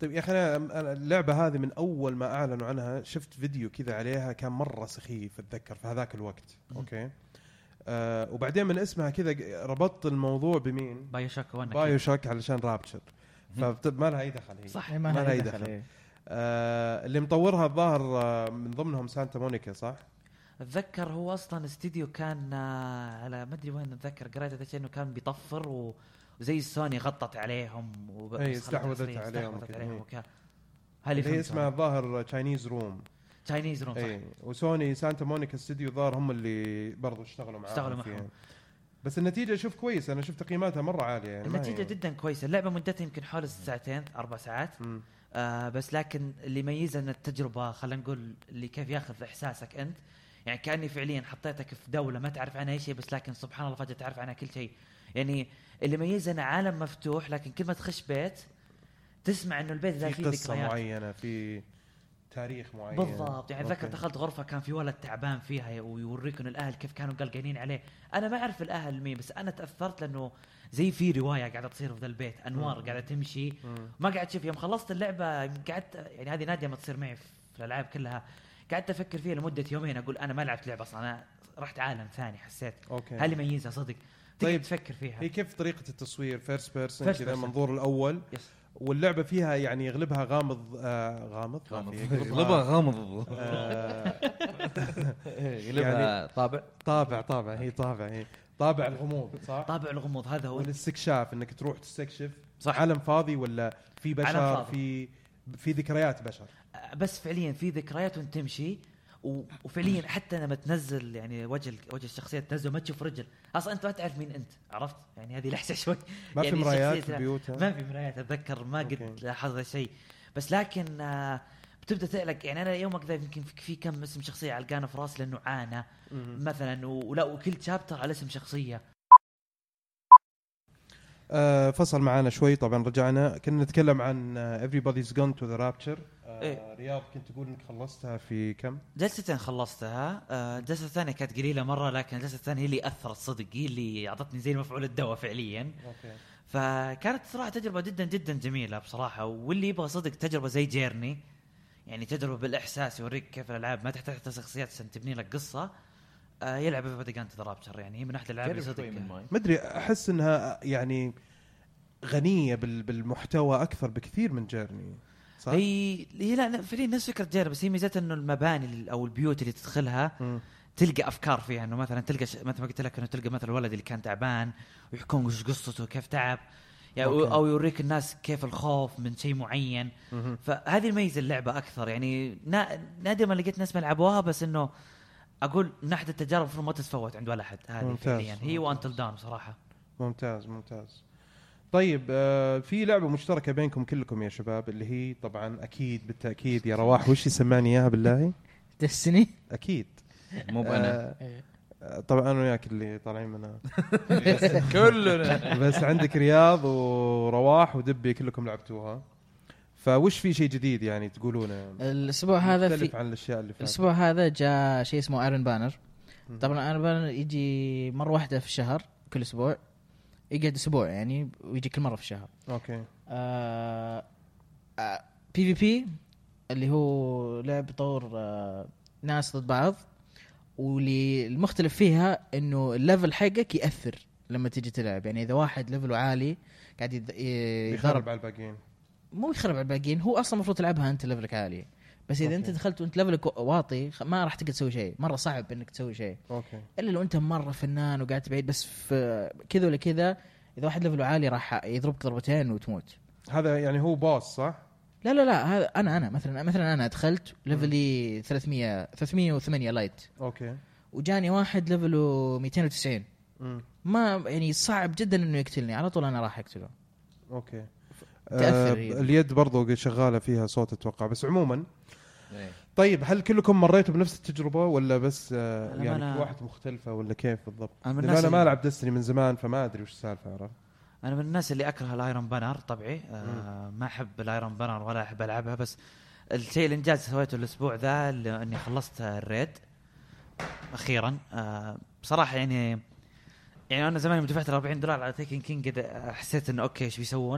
طيب يا اخي انا اللعبه هذه من اول ما اعلنوا عنها شفت فيديو كذا عليها كان مره سخيف اتذكر في هذاك الوقت. اوكي آه وبعدين من اسمها كذا ربطت الموضوع بمين؟ بايو شوك وانا بايو شوك علشان رابتشر فما لها اي دخل هي صح ما لها اي دخل. آه اللي مطورها الظاهر آه من ضمنهم سانتا مونيكا صح؟ اتذكر هو اصلا استديو كان آه على ما ادري وين اتذكر قريت انه كان بيطفر و وزي سوني غطت عليهم اي استحوذت عليهم وكذا. هي اسمها الظاهر تشاينيز روم تشاينيز روم صح. اي وسوني سانتا مونيكا استديو ظاهر هم اللي برضو اشتغلوا معاهم اشتغلوا معهم بس النتيجه شوف كويس انا شفت تقييماتها مره عاليه يعني النتيجه جدا كويسه. اللعبه مدتها يمكن حول ساعتين اربع ساعات آه بس لكن اللي يميزها ان التجربه خلينا نقول اللي كيف ياخذ احساسك انت يعني كاني فعليا حطيتك في دوله ما تعرف عنها اي شيء بس لكن سبحان الله فجاه تعرف عنها كل شيء. يعني اللي يميزها انه عالم مفتوح لكن كل ما تخش بيت تسمع انه البيت ذا فيه قصه معينه في تاريخ معين بالضبط. يعني اتذكر دخلت غرفه كان في ولد تعبان فيها ويوريكم الاهل كيف كانوا قلقانين عليه. انا ما اعرف الاهل مين بس انا تاثرت لانه زي في روايه قاعده تصير في ذا البيت انوار قاعده تمشي مم. ما قاعد تشوف. يوم خلصت اللعبه قعدت يعني هذه ناديه ما تصير معي في الالعاب كلها قعدت افكر فيها لمده يومين اقول انا ما لعبت لعبه اصلا انا رحت عالم ثاني حسيت هل يميزها صدق. طيب تفكر فيها هي كيف طريقه التصوير فيرست بيرسون كذا المنظور الاول يس. واللعبه فيها يعني يغلبها غامض آه غامض يغلبها غامض يغلبها طابع طابع طابع هي طابع هي طابع الغموض صح طابع الغموض هذا هو والاستكشاف انك تروح تستكشف صح. عالم فاضي ولا في بشر في في ذكريات بشر بس فعليا في ذكريات وانت تمشي وفعليا حتى لما تنزل يعني وجه وجه الشخصيه تنزل ما تشوف رجل اصلا انت ما تعرف مين انت عرفت يعني هذه لحسه شوي ما يعني في مرايات في بيوتها ما في مرايات اتذكر ما قد لاحظت شيء بس لكن آه بتبدا تعلق يعني انا يومك ذا يمكن في كم اسم شخصيه علقانه في راسي لانه عانى مثلا ولا وكل شابتر على اسم شخصيه. آه فصل معانا شوي طبعا رجعنا كنا نتكلم عن everybody's gone to the rapture. آه إيه؟ رياض كنت تقول انك خلصتها في كم جلستين خلصتها. آه الجلسه الثانيه كانت قليله مره لكن الجلسه الثانيه هي اللي اثرت صدق هي اللي اعطتني زي مفعول الدواء فعليا. أوكي. فكانت صراحه تجربه جدا جدا جميله بصراحه واللي يبغى صدق تجربه زي جيرني يعني تجربه بالاحساس يوريك كيف الالعاب ما تحتاج شخصيات عشان تبني لك قصه آه يلعب everybody gone to the rapture يعني هي من احد الالعاب اللي صدق ما ادري احس انها يعني غنيه بالمحتوى اكثر بكثير من جيرني صح؟ هي هي لا فعليا نفس فكره جيرني بس هي ميزتها انه المباني او البيوت اللي تدخلها م. تلقى افكار فيها انه مثلا تلقى ش... مثل ما قلت لك انه تلقى مثلا الولد اللي كان تعبان ويحكون وش قصته كيف تعب يعني او يوريك الناس كيف الخوف من شيء معين م. فهذه الميزه اللعبه اكثر يعني نا... نادر ما لقيت ناس يلعبوها بس انه اقول من ناحيه التجارب المفروض ما تتفوت عند ولا احد هذه فعليا هي وانتل داون صراحه ممتاز ممتاز. طيب آه في لعبة مشتركة بينكم كلكم يا شباب اللي هي طبعا أكيد بالتأكيد يا رواح وش يسمعني إياها بالله دستني أكيد مو بأنا آه طبعا أنا وياك اللي طالعين منها كلنا بس عندك رياض ورواح ودبي كلكم لعبتوها فوش في شيء جديد يعني تقولونه الأسبوع هذا مختلف عن الأشياء اللي فاتت الأسبوع هذا جاء شيء اسمه ايرون بانر. طبعا ايرون بانر يجي مرة واحدة في الشهر كل أسبوع يقعد اسبوع يعني ويجي كل مره في الشهر. اوكي آه آه بي في بي اللي هو لعب طور آه ناس ضد بعض واللي المختلف فيها انه الليفل حقك ياثر لما تيجي تلعب يعني اذا واحد ليفله عالي قاعد يضرب على الباقيين مو يخرب على الباقيين هو اصلا المفروض تلعبها انت ليفلك عالي بس اذا أوكي. انت دخلت وانت ليفلك واطي ما راح تقدر تسوي شيء مره صعب انك تسوي شيء اوكي الا لو انت مره فنان وقاعد بعيد بس في كذا ولا كذا اذا واحد ليفله عالي راح يضربك ضربتين وتموت. هذا يعني هو باص صح؟ لا لا لا هذا انا انا مثلا مثلا انا دخلت ليفلي ثلاثمية ثلاثمية وثمانية لايت اوكي وجاني واحد ليفله مئتين وتسعين م. ما يعني صعب جدا انه يقتلني على طول انا راح اقتله. اوكي تأثر آه اليد برضو شغاله فيها صوت اتوقع بس عموما طيب هل كلكم مريتوا بنفس التجربه ولا بس آه يعني واحد مختلفه ولا كيف بالضبط؟ انا, أنا ما لعب دستني من زمان فما ادري وش السالفه. عرفت انا من الناس اللي اكره الايرون بانر طبعي آه ما احب الايرون بانر ولا احب العبها بس الشيء الانجاز سويته الاسبوع ذا اني خلصت الريد اخيرا. آه بصراحه يعني يعني انا زمان يوم دفعت أربعين دولار على تيكن كينج حسيت انه اوكي ايش بيسوون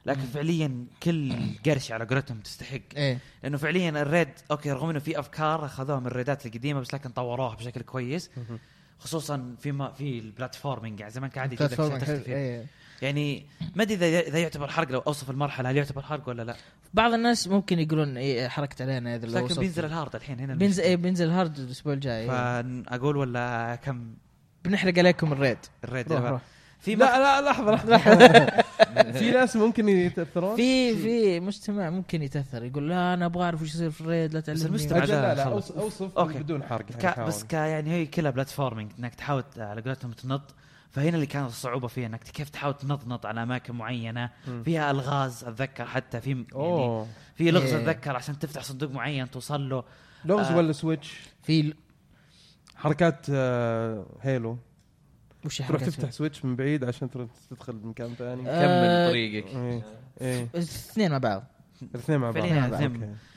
لكن فعليا كل قرش على قولتهم تستحق. إيه. لانه فعليا الريد اوكي رغم انه في افكار اخذوها من الريدات القديمه بس لكن طوروها بشكل كويس، خصوصا في ما في البلاتفورمينج. يعني زمان كان عادي إيه. يعني ما ادري اذا اذا يعتبر حرق لو اوصف المرحله هل يعتبر حرق ولا لا. بعض الناس ممكن يقولون إيه حركت علينا اذا لكن بينزل الهارد الحين هنا بينزل إيه بينزل الهارد الاسبوع الجاي. فاقول ولا كم بنحرق عليكم الريد الريد روح روح. في لا لا لحظه لحظه في ناس ممكن يتاثرون في في مجتمع ممكن يتاثر يقول لا انا ابغى اعرف وش يصير في الريد لا تعلمني. لا لا اوصف, أوصف بدون حرق ك... بس ك يعني هي كلها بلاتفورمينج انك تحاول على قولتهم تنط. فهنا اللي كانت الصعوبه فيها انك كيف تحاول تنط على اماكن معينه م. فيها الغاز اتذكر حتى في يعني في لغز اتذكر عشان تفتح صندوق معين توصل له لغز آه ولا سويتش في حركات آه هيلو وش تروح تفتح سويتش من بعيد عشان تدخل مكان ثاني كمل آه طريقك. ايه ايه الاثنين مع بعض الاثنين مع بعض.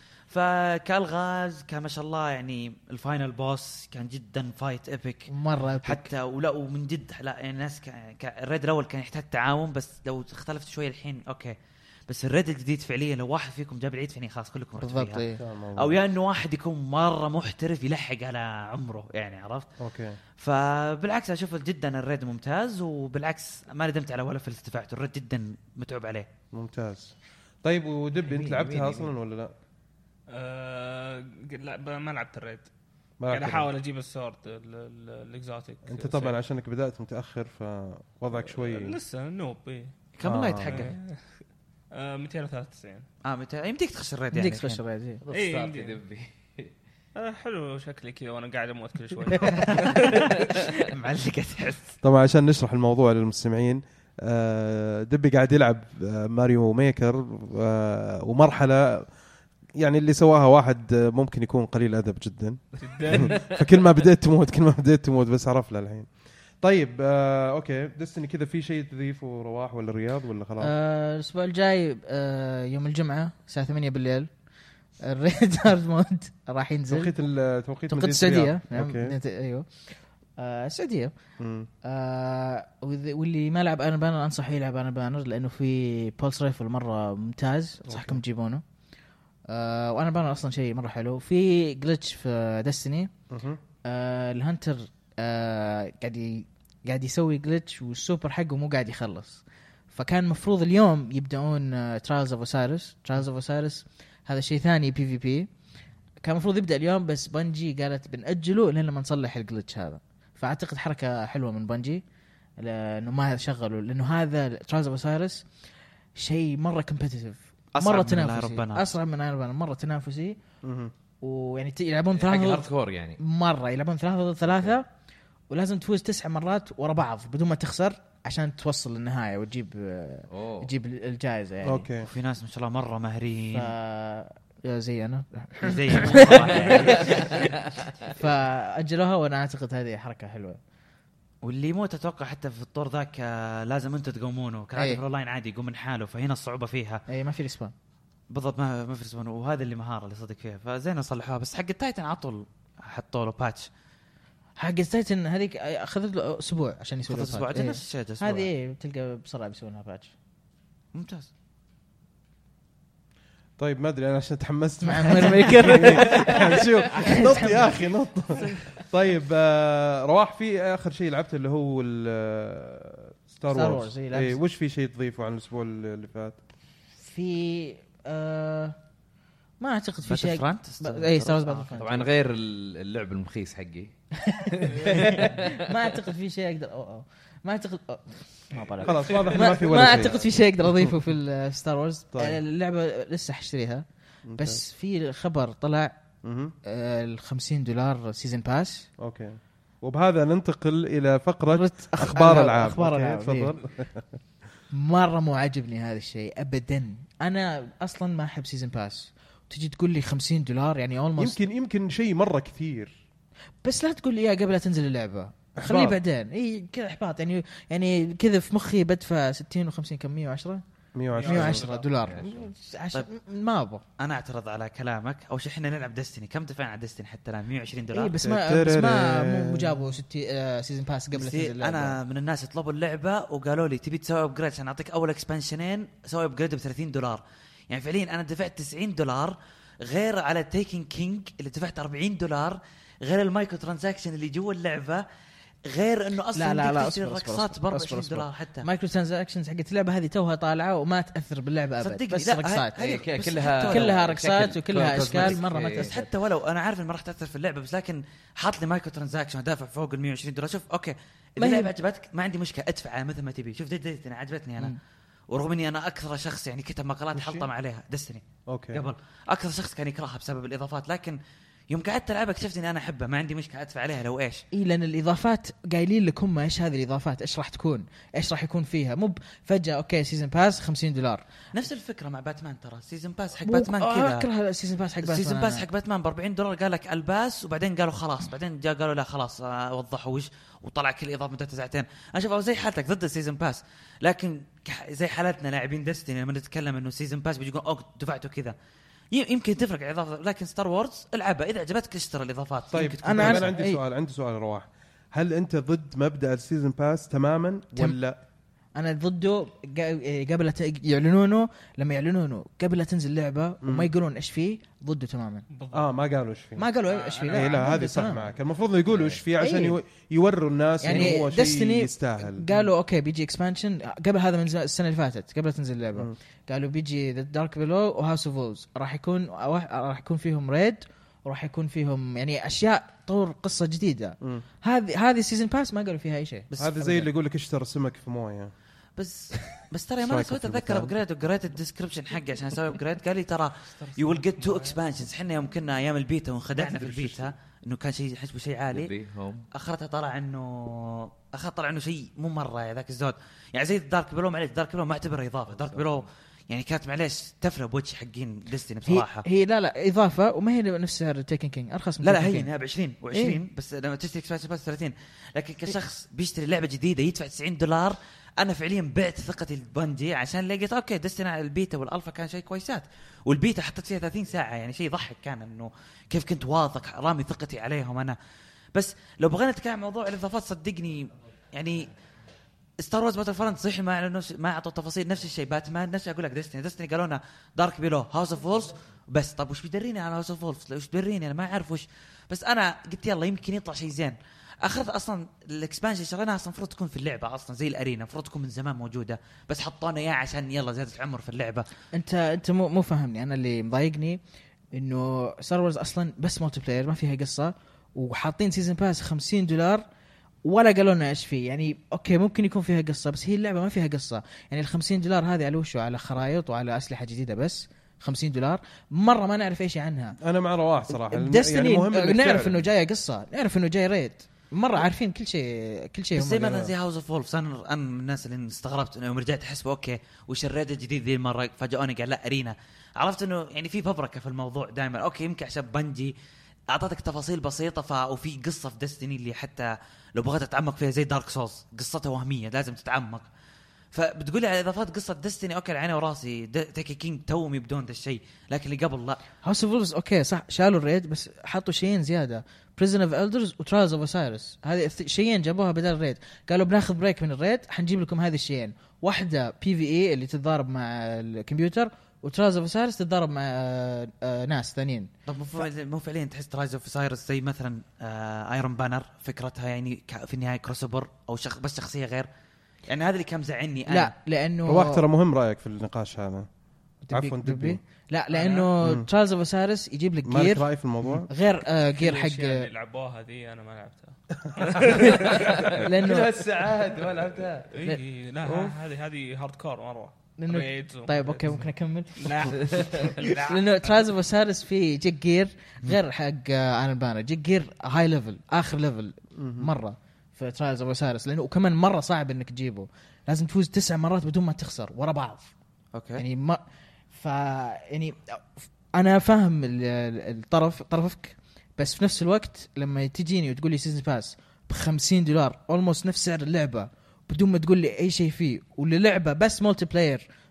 فكالغاز كان ما شاء الله يعني الفاينل بوس كان جدا فايت ايبك مره حتى ولا ومن جد لا يعني الناس الريد الاول كان يحتاج تعاون بس لو اختلفت شويه الحين اوكي بس الريد الجديد فعليا لو واحد فيكم جاب العيد فيني خلاص كلكم رحتوا إيه. او يا انه واحد يكون مره محترف يلحق على عمره يعني عرفت. اوكي فبالعكس اشوف جدا الريد ممتاز وبالعكس ما ندمت على ولا في الاستفاعه. الريد جدا متعوب عليه ممتاز. طيب ودب انت لعبتها اصلا ولا لا؟ أه لا ما لعبت الريد يعني احاول اجيب السورد الاكزوتيك. انت طبعا سيب. عشانك بدات متاخر فوضعك شوي لسه نوب. ايه كم آه. اللايت حقك؟ آه مئتين وثلاثة وتسعين. اه مئتين يمديك تخش الريد يعني يمديك تخش الريد ايه دبي. آه حلو شكلي كذا وانا قاعد اموت كل شوي معلقه تحس. طبعا عشان نشرح الموضوع للمستمعين آه دبي قاعد يلعب آه ماريو ميكر آه ومرحله يعني اللي سواها واحد ممكن يكون قليل أدب جدا جدا فكل ما بديت تموت كل ما بديت تموت بس عرف له الحين. طيب آه، أوكي دستني كذا في شيء تضيفه رواح ولا رياض ولا خلاص؟ آه، الأسبوع الجاي آه، يوم الجمعة الساعة ثمانية بالليل الريد هارد مود راح ينزل. توقيت التوقيت توقيت السعودية. أيوه آه، السعودية. آه، واللي ما لعب أنا بانر أنصح يلعب أنا بانر لأنه في بولس رايفل مرة ممتاز صحكم تجيبونه. آه وانا بانر اصلا شيء مره حلو. في جلتش في دستني آه الهانتر آه قاعد قاعد يسوي جلتش والسوبر حقه مو قاعد يخلص. فكان مفروض اليوم يبدأون ترايلز اوف اوسايرس. ترايلز اوف اوسايرس هذا شيء ثاني بي في بي كان مفروض يبدأ اليوم بس بنجي قالت بنأجله لين لما نصلح الجلتش هذا. فاعتقد حركه حلوه من بنجي لانه ما شغلوا لانه هذا ترايلز اوف اوسايرس شيء مره كومبيتيتيف مرة تنافسي أسرع من أيربان مرة تنافسي ويعني يلعبون ثلاثة هارد كور يعني مرة يلعبون ثلاثة ضد ثلاثة ولازم تفوز تسع مرات ورا بعض بدون ما تخسر عشان توصل للنهاية وتجيب أوه. تجيب الجائزة يعني. أوكي. وفي ناس ما شاء الله مرة ماهرين ف... يا زي أنا زي فأجلوها وأنا أعتقد هذه حركة حلوة. واللي مو تتوقع حتى في الطور ذاك لازم انت تقومونه كان عادي في الاونلاين عادي يقوم من حاله فهنا الصعوبه فيها اي ما في ريسبون بالضبط ما ما في ريسبون وهذا اللي مهاره اللي صدق فيها فزين صلحوها. بس حق التايتن عطوا حطوا له باتش حق التايتن هذيك اخذت له اسبوع عشان يسوي اسبوع إيه. نفس الشيء هذه ايه تلقى بسرعه بيسوونها باتش ممتاز. طيب ما ادري انا عشان تحمست مع ماريو ميكر شوف نط يا اخي نط. طيب آه رواح في اخر شيء لعبته اللي هو ستار وورز اي وش في شيء تضيفه عن الاسبوع اللي فات؟ في آه ما اعتقد في شيء ب... اي ستار وورز طبعا غير اللعب المخيس حقي ما اعتقد في شيء اقدر أو أو. ما اعتقد أو. ما طلع خلاص واضح ما في ولا ما اعتقد في شيء اقدر اضيفه في الستار وورز. طيب. اللعبه لسه حشتريها بس في خبر طلع ال خمسين دولار سيزن باس. اوكي وبهذا ننتقل الى فقره اخبار العاب. اخبار العاب تفضل. مره مو عاجبني هذا الشيء ابدا. انا اصلا ما احب سيزن باس تجي تقول لي خمسين دولار يعني اولموست يمكن يمكن شيء مره كثير بس لا تقول لي اياه قبل لا تنزل اللعبه خليه بعدين. اي كذا احباط يعني يعني كذا في مخي بدفع ستين وخمسين كم مية وعشرة مية وعشرة دولار عشان طيب. ما ابغى. انا اعترض على كلامك. او شيء احنا نلعب ديستني، كم دفعنا على ديستني حتى الان؟ مية وعشرين دولار. اي بس ما بس ما مو جابوا ستين آه سيزن باس قبل تنزل. انا من الناس يطلبوا اللعبه وقالوا لي تبي تسوي ابجريد عشان اعطيك اول اكسبانشنين، سوي ابجريد ب ثلاثين دولار. يعني فعليا انا دفعت تسعين دولار غير على تيكن كينج اللي دفعت أربعين دولار، غير المايكرو ترانزاكشن اللي جوا اللعبه، غير انه اصلا لا لا لا تشتري الرقصات ب أربعين دولار. حتى مايكرو ترانزاكشنز حقت اللعبه هذه توها طالعه وما تاثر باللعبه ابد، بس رقصات كلها كلها رقصات وكلها اشكال مره ما بس حتى ولو انا عارف ان ما راح تاثر في اللعبه، بس لكن حاط لي مايكرو ترانزاكشن ودافع فوق ال مية وعشرين دولار. شوف اوكي اذا اللعبه عجبتك ما عندي مشكله ادفع مثل ما تبي. شوف ديت انا عجبتني انا م. ورغم اني انا اكثر شخص يعني كتب مقالات حلطم عليها دستني اوكي قبل، اكثر شخص كان يكرهها بسبب الاضافات، لكن يوم قعدت العبها اكتشفت اني انا احبها، ما عندي مشكله ادفع عليها لو ايش. اي لان الاضافات قايلين لكم ايش هذه الاضافات، ايش راح تكون، ايش راح يكون فيها، مو فجاه اوكي سيزن باس خمسين دولار. نفس الفكره مع باتمان، ترى سيزن باس حق باتمان كذا. اكره السيزن باس حق باتمان. سيزن باس حق باتمان ب أربعين دولار قال لك الباس، وبعدين قالوا خلاص، بعدين جاء قالوا لا خلاص وضحوا وش، وطلع كل اضافه مدتها ساعتين. انا شوف زي حالتك ضد السيزن باس، لكن زي حالتنا لاعبين ديستني لما نتكلم انه سيزن باس بيجي يقول اوه دفعته كذا، يمكن تفرق الإضافة. لكن ستار وورز العبها إذا عجبتك اشتري الإضافات. طيب أنا, أنا عندي سؤال عندي سؤال رواح، هل أنت ضد مبدأ السيزن باس تماما ولا؟ أنا ضده قبل يعلنونه، لما يعلنونه قبل لا تنزل لعبة وما يقولون إيش فيه، ضده تماما. آه ما قالوا إيش فيه، ما قالوا إيش فيه. لا, لا هذه صح معك، المفروض يقولوا إيش فيه عشان أيه. يوروا الناس يعني إنه هو شيء يستاهل. قالوا أوكي بيجي إكسبانشن قبل هذا من السنة اللي فاتت قبل تنزل اللعبة م. قالوا بيجي ذا دارك بيلو وهاوس اوف وولز، راح يكون راح يكون فيهم ريد وراح يكون فيهم يعني أشياء طور قصة جديدة. هذه هذه سيزن باس ما قالوا فيها أي شيء. هذا زي اللي يقول لك اشتري سمك في مويه. بس بس ترى ما سويت اتذكر ابجريد وقريت الديسكربشن حقي عشان اسوي ابجريد، قال لي ترى يو ويل جيت تو اكسبانشنز. احنا يوم كنا ايام البيتا وانخدعنا في البيتا انه كان شيء حسبه شيء عالي، اخرتها طلع انه اخرت طلع انه شيء مو مره ذاك الزود. يعني زي دارك بلو، معليش دارك بلو ما اعتبرها اضافه، دارك بلو يعني كانت معليش تفله بوجه حقين ديستني بصراحه. هي, هي لا لا اضافه وما هي نفس سعر تيكن كينج، ارخص من لا لا هي ب عشرين و20 إيه؟ بس لما تشتري اكسبانشن بس ثلاثين. لكن كشخص بيشتري لعبه جديده يدفع تسعين دولار، انا فعليا بعت ثقتي البنجي عشان لقيت اوكي دستنا البيتا والالفا كان شيء كويسات، والبيتا حطيت فيها ثلاثين ساعه، يعني شيء يضحك كان انه كيف كنت واثق رامي ثقتي عليهم انا. بس لو بغينا نتكلم عن موضوع الاضافات صدقني يعني ستار وورز باتل فرونت صحيح ما اعلنوا ما اعطوا تفاصيل، نفس الشيء باتمان نفس اقول لك ديستني ديستني قالوا لنا دارك بيلو هاوس اوف وولز بس. طب وش بيدريني على هاوس اوف وولز؟ وش بيدريني انا ما اعرف وش، بس انا قلت يلا يمكن يطلع شيء زين. اخذ اصلا الاكسبانشن شغلنا اصلا المفروض تكون في اللعبه اصلا زي الارينا، المفروض تكون من زمان موجوده، بس حطونا اياه عشان يلا زياده عمر في اللعبه. انت انت مو مو فاهمني، انا اللي مضايقني انه ستار وورز اصلا بس مالتي بلاير ما فيها قصه، وحاطين سيزن باس خمسين دولار ولا قالوا لنا ايش فيه. يعني اوكي ممكن يكون فيها قصه بس هي اللعبه ما فيها قصه. يعني ال خمسين دولار هذه على وشو؟ على خرائط وعلى اسلحه جديده بس. خمسين دولار مره ما نعرف ايش عنها. انا مع رواح صراحه يعني مهم نعرف انه جايه قصه، نعرف انه جاي ريد، مره عارفين كل شيء كل شيء. زي مثلا زي هاوس اوف وولفز، انا انا من الناس اللي استغربت انه يوم رجعت احسب اوكي وش الريد الجديد ذي المره، فاجئوني قال لا ارينا. عرفت انه يعني في فبركه في الموضوع دائما. اوكي يمكن عشان بنجي اعطتك تفاصيل بسيطه ف وفي قصه في ديستني اللي حتى لو بغيت تتعمق فيها زي دارك سولز قصتها وهميه لازم تتعمق. فبتقولي على اضافات قصه ديستني اوكي العين وراسي، تيكي كينج توم يبدون ذا الشيء، لكن اللي قبل لا. هاوس اوف وولفز اوكي صح شالوا الريد بس حطوا شيئين زياده، بريزن اوف إلدرز وترايلز اوف اوسايرس، هذه شيئين جابوها بدل الريد. قالوا بناخذ بريك من الريد حنجيب لكم هذه الشيئين، واحده بي في اي اللي تتضارب مع الكمبيوتر، وترايلز اوف اوسايرس تتضارب مع آآ آآ ناس ثانيين. طب مو فعليا تحس ترايلز اوف اوسايرس زي مثلا ايرون بانر فكرتها يعني في النهايه كروس اوفر او شخ بس شخصيه غير؟ يعني هذا اللي كان مزعلني انا. لا لانه رواح ترى مهم رايك في النقاش هذا. عفوا دبي. لا لانه ترايلز اوف اوسايرس يجيب لك جير راي في الموضوع غير آه جير حق اللي لعبوها هذه انا ما لعبتها لانه السعاد ما لعبتها. اي لا هذه هذه هارد كور مره. طيب اوكي ممكن اكمل. لانه ترايلز اوف اوسايرس في جيك جير غير حق انا بانر، جيك جير هاي ليفل اخر ليفل مره في ترايلز اوف اوسايرس، لانه وكمان مره صعب انك تجيبه، لازم تفوز تسع مرات بدون ما تخسر ورا بعض. اوكي يعني ما ف يعني انا فاهم الطرف طرفك، بس في نفس الوقت لما تجيني وتقول لي سيزن باس بخمسين دولار اولموست نفس سعر اللعبه بدون ما تقول لي اي شيء فيه، واللعبه بس مولتي بلاير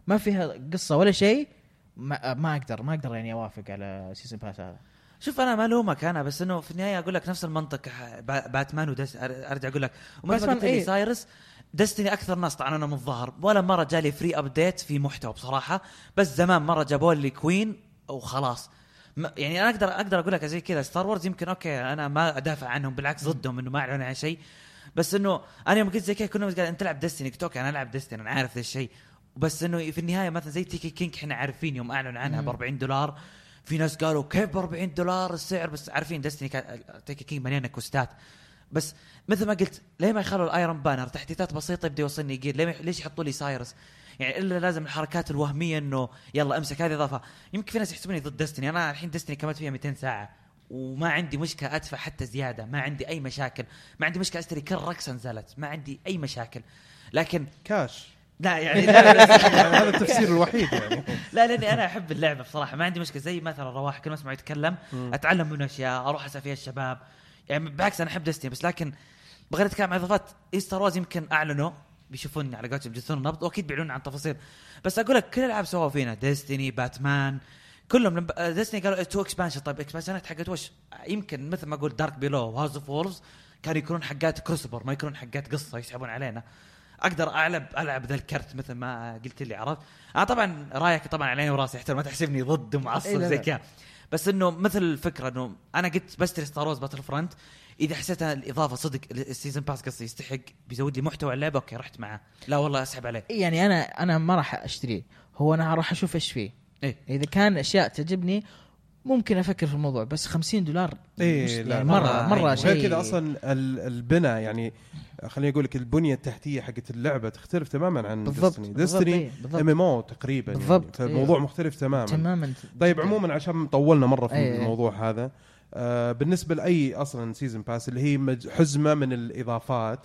ما فيها قصه ولا شيء ما, ما اقدر ما اقدر يعني اوافق على سيزن باس هذا. شوف انا ما لومك انا، بس انه في النهايه اقول لك نفس المنطق باتمان ودس ارجع اقول لك ومثل ما قلت لي سايرس دستني اكثر ناس طعنونا من الظهر، ولا مره جالي فري ابديت في محتوى بصراحه، بس زمان مره جابوا لي كوين وخلاص. يعني انا اقدر اقدر اقول لك زي كذا ستار وورز يمكن اوكي انا ما ادافع عنهم، بالعكس ضدهم انه ما اعلنوا عن شيء، بس انه انا يوم قلت زي كذا كنا قال انت تلعب دستني قلت اوكي انا العب دستني انا عارف ذا الشيء، بس انه في النهايه مثلا زي تيكي كينج احنا عارفين يوم اعلنوا عنها ب أربعين دولار، في ناس قالوا كيف ب أربعين دولار السعر، بس عارفين دستني تيكي كينج مليانه كوستات، بس مثل ما قلت ليه ما يخلوا الايرون بانر تحديثات بسيطه يبدا يوصلني جير، ليه ليش يحطوا لي سايرس يعني الا لازم الحركات الوهميه انه يلا امسك هذه اضافه. يمكن في ناس يحسبوني ضد دستني، انا الحين دستني كملت فيها مئتين ساعه وما عندي مشكله ادفع حتى زياده، ما عندي اي مشاكل، ما عندي مشكله اشتري كل ركسه نزلت، ما عندي اي مشاكل، لكن كاش لا يعني لا يعني هذا التفسير الوحيد يعني. لا لاني انا احب اللعبه بصراحه، ما عندي مشكله زي مثلا رواح كل ما اسمع يتكلم اتعلم منه اشياء اروح اسال فيها الشباب، يعني بالعكس انا احب دستني، بس لكن بغيت اتكلم عن اضافات ايستر واز يمكن اعلنوا بيشوفوني على قولتهم بيجثون النبض واكيد بيعلنون عن تفاصيل، بس اقول لك كل الالعاب سووا فينا ديستني باتمان كلهم ديستني قالوا تو اكسبانشن. طيب اكسبانشنات حقت وش؟ يمكن مثل ما اقول دارك بيلو وهاوس اوف وولفز كانوا يكونون حقات كروسبر ما يكونون حقات قصه يسحبون علينا، اقدر العب العب ذا الكرت مثل ما قلت لي عرفت. انا طبعا رايك طبعا على عيني وراسي احترم، ما تحسبني ضد معصب زي كذا، بس انه مثل الفكره انه انا قلت بشتري ستار وورز باتل فرونت اذا حسيت الاضافه صدق السيزون باس قصدي يستحق بيزود لي محتوى اللعبه اوكي رحت معه، لا والله اسحب عليه. يعني انا انا ما راح اشتريه، هو انا راح اشوف ايش فيه إيه؟ اذا كان اشياء تعجبني ممكن افكر في الموضوع، بس خمسين دولار إيه لا يعني مره مره يعني شيء كذا اصلا البناء يعني خليني اقول لك البنيه التحتيه حقت اللعبه تختلف تماما عن ديستني. ديستني ام ام او تقريبا يعني فالموضوع إيه. مختلف تماما تماما. طيب عموما عشان طولنا مره في إيه. الموضوع هذا آه بالنسبه لاي اصلا سيزن باس اللي هي حزمه من الاضافات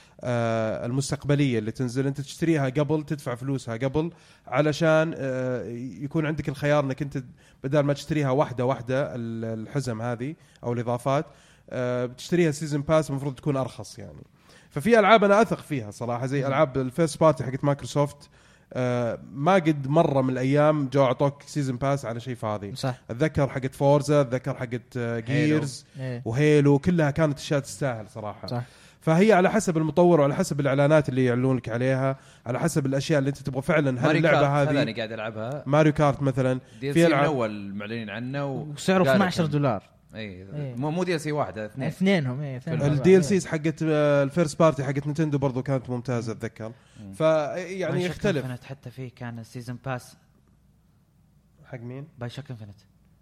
آه المستقبليه اللي تنزل انت تشتريها قبل تدفع فلوسها قبل علشان آه يكون عندك الخيار انك انت بدل ما تشتريها واحده واحده الحزم هذه او الاضافات آه بتشتريها سيزن باس المفروض تكون ارخص يعني. ففي العاب انا اثق فيها صراحه زي العاب الفيرست بارتي حقت مايكروسوفت آه ما قد مره من الايام جو اعطوك سيزن باس على شيء فاضي. اتذكر حقت فورزا اتذكر حقت آه جيرز هيلو. وهيلو كلها كانت اشياء تستاهل صراحه صح. فهي على حسب المطور وعلى حسب الاعلانات اللي يعلنون لك عليها على حسب الاشياء اللي انت تبغى فعلا. هل اللعبه هذه انا قاعد العبها ماريو كارت مثلا في الاول معلنين عنه وسعره اثنا عشر دولار اي إيه. مو مو دي ال سي واحده اثنين اثنينهم اي اثنين الدي ال سيز حقت الفيرست بارتي حقت نينتندو برضو كانت ممتازه اتذكر فيعني يختلف حتى فيه كان السيزون باس حق مين باي شوك انفينيت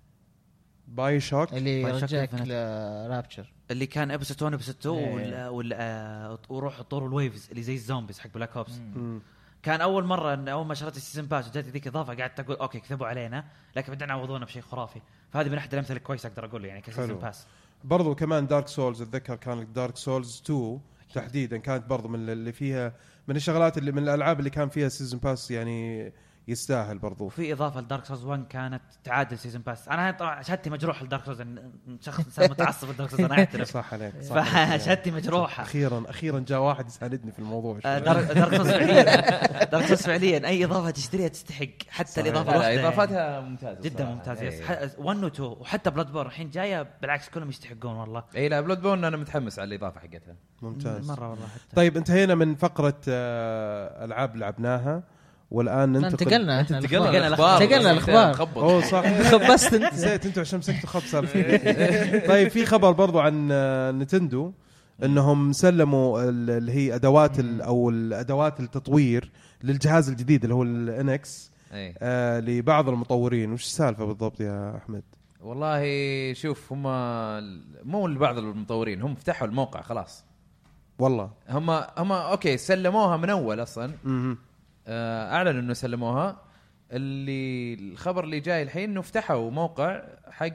باي شوك اللي رجعك لرابتشر اللي كان ابسط واحد ابسط اثنين ولا وروح طور الويفز اللي زي الزومبيز حق بلاك اوبس كان اول مره ان اول ما شريت السيزون باس وجات ذيك اضافه قعدت اقول اوكي كذبوا علينا لكن بعدين عوضونا بشيء خرافي. فهذه من احد الامثله الكويسه اقدر اقول يعني كسيزون باس. برضو كمان دارك سولز اتذكر كان دارك سولز تو تحديدا كانت برضو من اللي فيها من الشغلات اللي من الالعاب اللي كان فيها سيزون باس يعني يستاهل برضو. في اضافه لدارك سولز واحد كانت تعادل سيزون باس. انا طبعا شهادتي مجروحه لدارك سولز شخص انسان متعصب لدارك سولز انا اعترف صح عليك فشهادتي مجروحه. اخيرا اخيرا جاء واحد يساندني في الموضوع. دارك سولز فعليا دارك سولز فعليا اي اضافه تشتريها تستحق حتى صحيح. الاضافه الواحده اضافاتها ممتازه جدا ممتازه واحد و اثنين وحتى بلاد بورن الحين جايه بالعكس كلهم يستحقون والله. اي لا بلاد بورن انا متحمس على الاضافه حقتها ممتاز مره والله حتى. طيب انتهينا من فقره العاب لعبناها والان انتقلنا انتقلنا الاخبار انتقلنا الاخبار اوه صح خبصت انت نسيت انتوا عشان مسكتوا خط صار في طيب في خبر برضو عن نينتندو انهم سلموا اللي هي ادوات او الادوات التطوير للجهاز الجديد اللي هو الانكس آه لبعض المطورين. وش السالفه بالضبط يا احمد؟ والله شوف هم مو لبعض المطورين هم فتحوا الموقع خلاص والله هم هم اوكي سلموها من اول اصلا اعلنوا انه سلموها. اللي الخبر اللي جاي الحين انه فتحوا موقع حق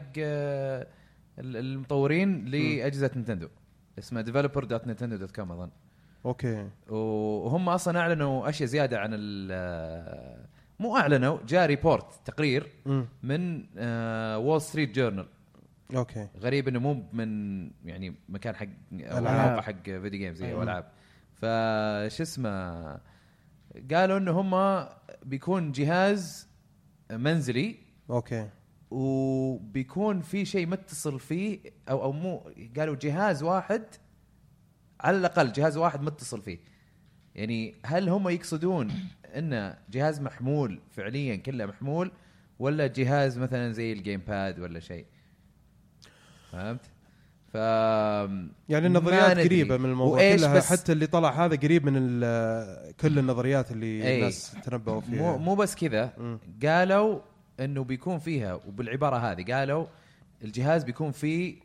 المطورين لاجهزه نينتندو اسمه ديفلوبر دوت نينتندو دوت كوم اظن. اوكي وهم اصلا اعلنوا اشياء زياده عن مو اعلنوا جاء ريبورت تقرير م. من وول ستريت جورنال. اوكي غريب انه مو من يعني مكان حق العاب حق فيديو جيمز زي العاب. فش اسمه قالوا انه هم بيكون جهاز منزلي اوكي وبيكون في شيء متصل فيه او او مو قالوا جهاز واحد على الاقل جهاز واحد متصل فيه. يعني هل هم يقصدون انه جهاز محمول فعليا كله محمول ولا جهاز مثلا زي الجيم باد ولا شيء؟ فهمت؟ ف يعني النظريات قريبه من الموضوع كلها، حتى اللي طلع هذا قريب من كل النظريات اللي أي. الناس تنبؤوا فيها. مو مو بس كذا، قالوا انه بيكون فيها، وبالعباره هذه قالوا الجهاز بيكون فيه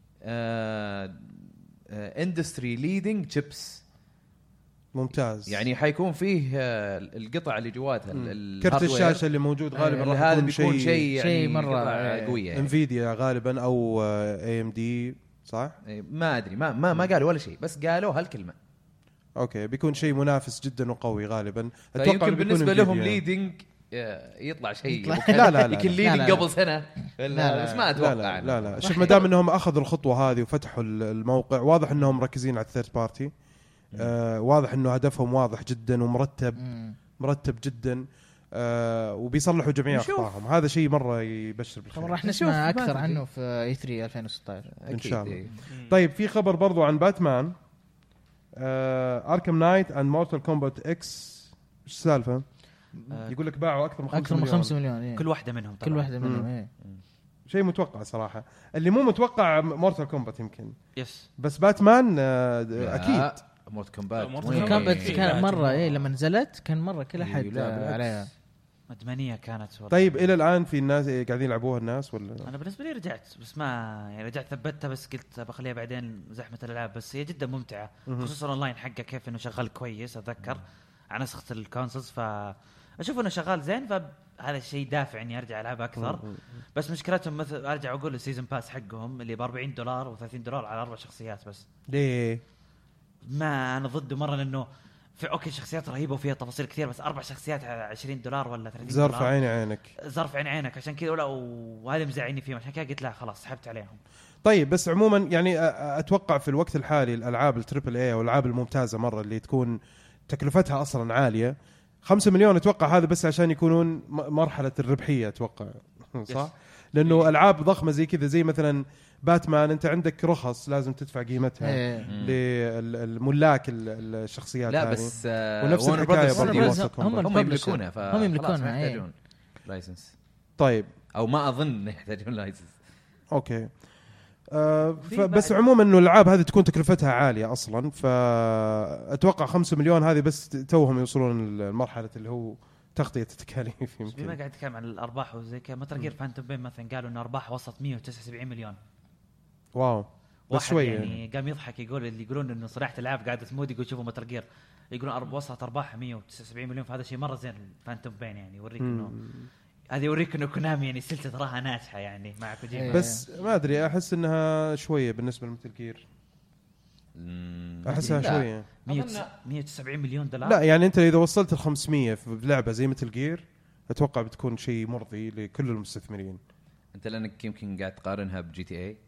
اندستري ليدنج تشيبس. ممتاز. يعني حيكون فيه القطع اللي جواتها كرت الشاشه اللي موجود غالبا راح هذا بيكون شيء يعني شيء مره قويه يعني. انفيديا غالبا او اي ام دي صح؟ ما ادري ما ما, ما قالوا ولا شيء، بس قالوا هالكلمه. اوكي بيكون شيء منافس جدا وقوي غالبا. اتوقع بالنسبه لهم ليدنج يطلع شيء لا لا لا يمكن ليدنج قبل سنه لا لا بس ما اتوقع. لا لا, لا, لا. شوف ما دام انهم اخذوا الخطوه هذه وفتحوا الموقع، واضح انهم مركزين على الثيرد بارتي. آه واضح انه هدفهم واضح جدا ومرتب مم. مرتب جدا. آه وبيصلحوا جميع اخطائهم. هذا شيء مره يبشر بالخير. راح نسمع اكثر عنه في اي ثري ألفين وستة عشر ان شاء الله. طيب في خبر برضو عن باتمان اركم نايت اند مورتال كومبات اكس. ايش السالفه؟ آه يقول لك باعوا اكثر من خمسة مليون, خمسة مليون إيه. كل واحده منهم طبعا. كل واحده منهم ايه. شيء متوقع صراحه. اللي مو متوقع مورتال كومبات يمكن يس، بس باتمان آه اكيد. مورت كومبات مورت كومبات كان مره ايه لما نزلت كان مره كل احد عليها مدمنيه كانت والله. طيب الى الان في الناس قاعدين يلعبوها الناس ولا؟ انا بالنسبه لي رجعت بس ما يعني رجعت ثبتها، بس قلت بخليها بعدين زحمه الالعاب. بس هي جدا ممتعه خصوصا اونلاين حقه كيف انه شغال كويس. اتذكر على نسخه الكونسولز فاشوف انه شغال زين، فهذا الشيء دافع اني ارجع العب اكثر. بس مشكلتهم مثل ارجع اقول السيزون باس حقهم اللي ب أربعين دولار و30 دولار على اربع شخصيات بس. ليه؟ ما انا ضده مره، لانه في اوكي شخصيات رهيبه وفيها تفاصيل كثير، بس اربع شخصيات على عشرين دولار ولا ثلاثين دولار. ظرف عين عينك ظرف عين عينك عشان كذا. ولا وهذا مزعلني فيهم، عشان كذا قلت لا خلاص سحبت عليهم. طيب بس عموما يعني اتوقع في الوقت الحالي الالعاب التريبل اي والالعاب الممتازه مره اللي تكون تكلفتها اصلا عاليه، خمسة مليون اتوقع هذا بس عشان يكونون مرحله الربحيه اتوقع صح. لانه العاب ضخمه زي كذا زي مثلا باتمان انت عندك رخص لازم تدفع قيمتها للملاك الشخصيات. لا بس آه ونفس الحكايه برضه هم هم يملكونها هم يملكونها يحتاجون لايسنس. طيب او ما اظن يحتاجون لايسنس. اوكي آه بس عموما انه الالعاب هذه تكون تكلفتها عاليه اصلا، فاتوقع خمسة مليون هذه بس توهم يوصلون للمرحله اللي هو تغطيه التكاليف. يمكن ما قاعد اتكلم عن الارباح وزي كذا. متل جير فانتوم بين مثلا قالوا ان ارباح وصلت مية وتسعة وسبعين مليون. واو بس شويه يعني قام يضحك يقول اللي يقولون انه صراحه الالعاب قاعده تمود، يقول شوفوا متل جير يقولون أرب وصلت ارباحها مية وتسعة وسبعين مليون، فهذا شيء مره زين فانتوم بين. يعني يوريك انه هذه يوريك انه كونامي يعني سلسله تراها ناجحه يعني مع كوجيما. بس ما ادري احس انها شويه بالنسبه لمتل جير احسها شويه. مية وتسعة وسبعين مليون دولار لا يعني انت اذا وصلت ال خمسمية في لعبه زي متل جير اتوقع بتكون شيء مرضي لكل المستثمرين. انت لانك يمكن قاعد تقارنها بجي تي اي.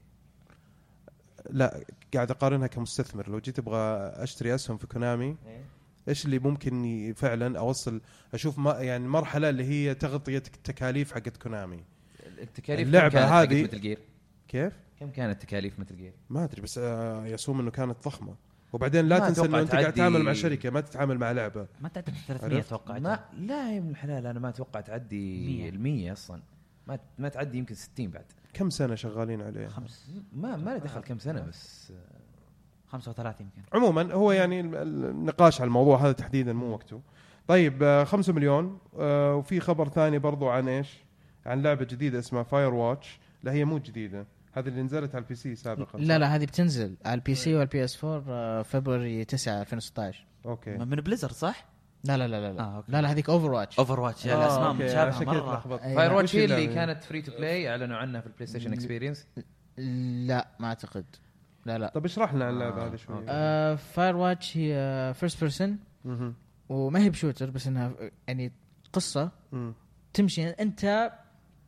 لا قاعد اقارنها كمستثمر. لو جيت ابغى اشتري اسهم في كونامي ايش اللي ممكن فعلا اوصل اشوف ما يعني مرحله اللي هي تغطيه التكاليف حقت كونامي. التكاليف اللعبه هذه مثل جير كيف كم كانت تكاليف مثل جير؟ ما ادري بس يسوم انه كانت ضخمه. وبعدين لا تنسى انه انت قاعد تتعامل مع شركه ما تتعامل مع لعبه. ما تعدي ثلاثمية اتوقع. ما لا يا ابن الحلال انا ما اتوقع تعدي المية اصلا. ما ما تعدي يمكن ستين بعد. كم سنه شغالين عليه؟ خمس ما ما له دخل كم سنه بس خمسة وثلاثين يمكن. عموما هو يعني النقاش على الموضوع هذا تحديدا مو وقته. طيب خمسة مليون. وفي خبر ثاني برضو عن ايش؟ عن لعبه جديده اسمها فاير واتش. لا هي مو جديده، هذه اللي نزلت على البي سي سابقا. لا لا هذه بتنزل على البي سي والبي اس فور فبراير تسعة ألفين وستة عشر. اوكي من بليزر صح؟ لا لا لا لا آه، لا, لا هذيك اوفر واتش. اوفر واتش يا الاسماء متشابهه مره. فاير واتش هي اللي كانت فري تو بلاي اعلنوا عنها في البلاي ستيشن اكسبيرينس. لا ما اعتقد. لا لا طب اشرح لنا اللعبه هذه شويه. آه فاير واتش هي فيرست بيرسون وما هي بشوتر، بس انها يعني قصه م. تمشي انت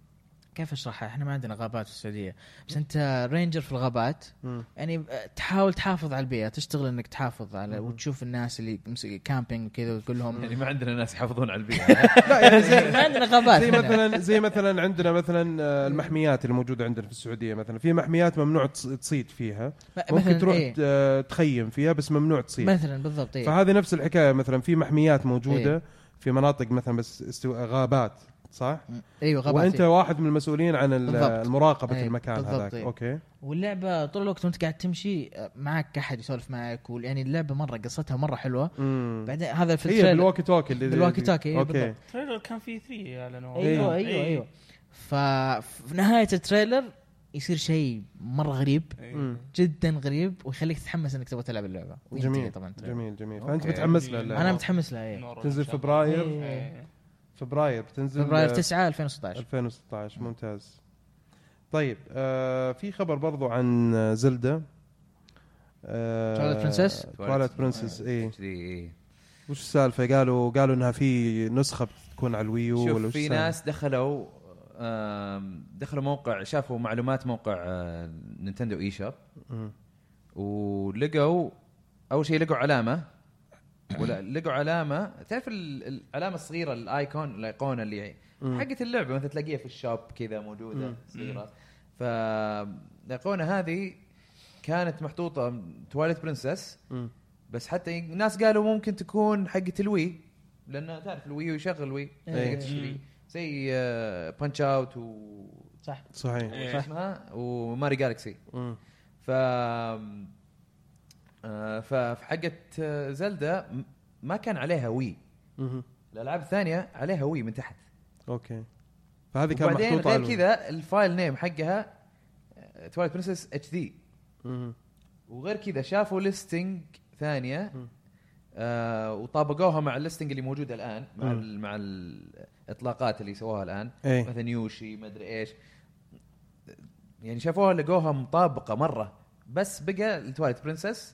كيف اشرحها؟ احنا ما عندنا غابات في السعوديه، بس انت رينجر في الغابات مم. يعني تحاول تحافظ على البيئه، تشتغل انك تحافظ على وتشوف الناس اللي كامبينج وكذا وتقول لهم يعني ما عندنا ناس يحافظون على البيئه. لا يعني زي ما عندنا غابات زي هنا. مثلا زي مثلا عندنا مثلا آه، المحميات اللي موجوده عندنا في السعوديه، مثلا في محميات ممنوع تص- تصيد فيها، ممكن مثلاً تروح إيه؟ ت- تخيم فيها بس ممنوع تصيد. مثلا بالضبط إيه؟ فهذه نفس الحكايه، مثلا في محميات موجوده إيه. في مناطق مثلا بس استو... غابات، صح؟ ايوه غابات. وانت إيه؟ واحد من المسؤولين عن ال- بالضبط. المراقبه إيه، المكان بالضبط. هذاك. إيه. اوكي. واللعبه طول الوقت وانت قاعد تمشي معك احد يسولف معك، يعني اللعبه مره قصتها مره حلوه. مم. بعدين هذا في هي التريلر بالوالكي توكي اللي بالوالكي توكي، إيه اوكي. بالضبط. التريلر كان فيه ثري اعلنوا. ايوه إيه. ايوه ايوه. ففي نهايه التريلر يصير شيء مره غريب مم. جدا غريب، ويخليك تتحمس انك تبغى تلعب اللعبه. وينتهي جميل طبعا التريلر. جميل جميل. أوكي. فانت متحمس لها اللعبة. انا متحمس لها. ايه تنزل فبراير إيه. فبراير بتنزل فبراير تسعة ألفين وستة عشر. ألفين وستة عشر. ممتاز. طيب آه في خبر برضو عن زلدة تواليت برنسس. تواليت برنسس. ايه إيه. وش السالفه؟ قالوا قالوا انها في نسخه بتكون على الويو ولا شوف وش في السالفة؟ ناس دخلوا آم، دخلوا موقع، شافوا معلومات موقع آه، نينتندو اي شوب، مم. ولقوا اول شيء لقوا علامه، ولا لقوا علامه، تعرف ال- العلامه الصغيره الايكون الايقونه اللي مم. حقت اللعبه مثلا تلاقيها في الشوب كذا موجوده مم. صغيره. فالايقونه هذه كانت محطوطه تواليت برنسس، مم. بس حتى الناس قالوا ممكن تكون حقة الوي، لأن تعرف الوي يشغل وي إيه. تقدر تشتري زي بانش اوت و صح صحيح. إيه. شو اسمها وماري جالكسي. مم. ف آه، ففي حقة آه، زلدة م- ما كان عليها وي، مم. الألعاب الثانية عليها وي من تحت. اوكي. فهذه كان وبعدين محطوطه غير على كذا الفايل نيم حقها تواليت برنسس اتش دي، مم. وغير كذا شافوا ليستنج ثانيه مم. آه وطابقوها مع الليستنج اللي موجوده الان مع مم. ال مع الاطلاقات اللي سووها الان، ايه. مثلا يوشي ما ادري ايش، يعني شافوها لقوها مطابقه مره، بس بقى التواليت برنسس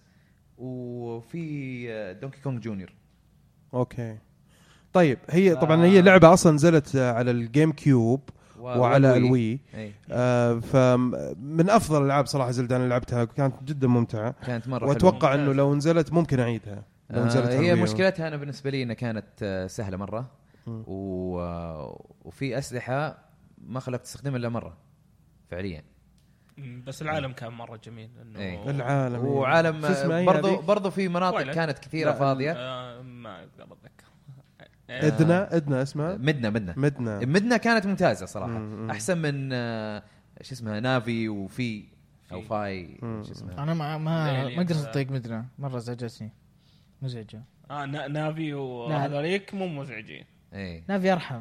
وفي دونكي كونغ جونيور. اوكي. طيب هي طبعا هي لعبه اصلا نزلت على الجيم كيوب و- وعلى والوي. الوي. اي آه فمن افضل الالعاب صراحه زلدة انا لعبتها، كانت جدا ممتعه، كانت مره واتوقع حلوة. انه لو نزلت ممكن اعيدها لو آه نزلت على هي الويو. مشكلتها انا بالنسبه لي انها كانت آه سهله مره، مم. و... آه، وفي اسلحه ما خلقت تستخدمها الا مره فعليا. مم، بس العالم كان مره جميل انه إيه. العالم وعالم شو اسمها هي برضو هذيك؟ برضو في مناطق تويلايت. كانت كثيره لا، فاضيه. آه ما اقدر اتذكر. ادنا ادنا اسمها مدنا مدنا مدنا. مدنا كانت ممتازه صراحه، مم. احسن من آه، شو اسمها نافي وفي او في. فاي مم. شو اسمها. انا ما ما ليلي. ما قدرت اطيق مدرة مره، زعجتني مزعجه. اه نا- نافي لا. وهذوليك مو مزعجين. اي نافي ارحم.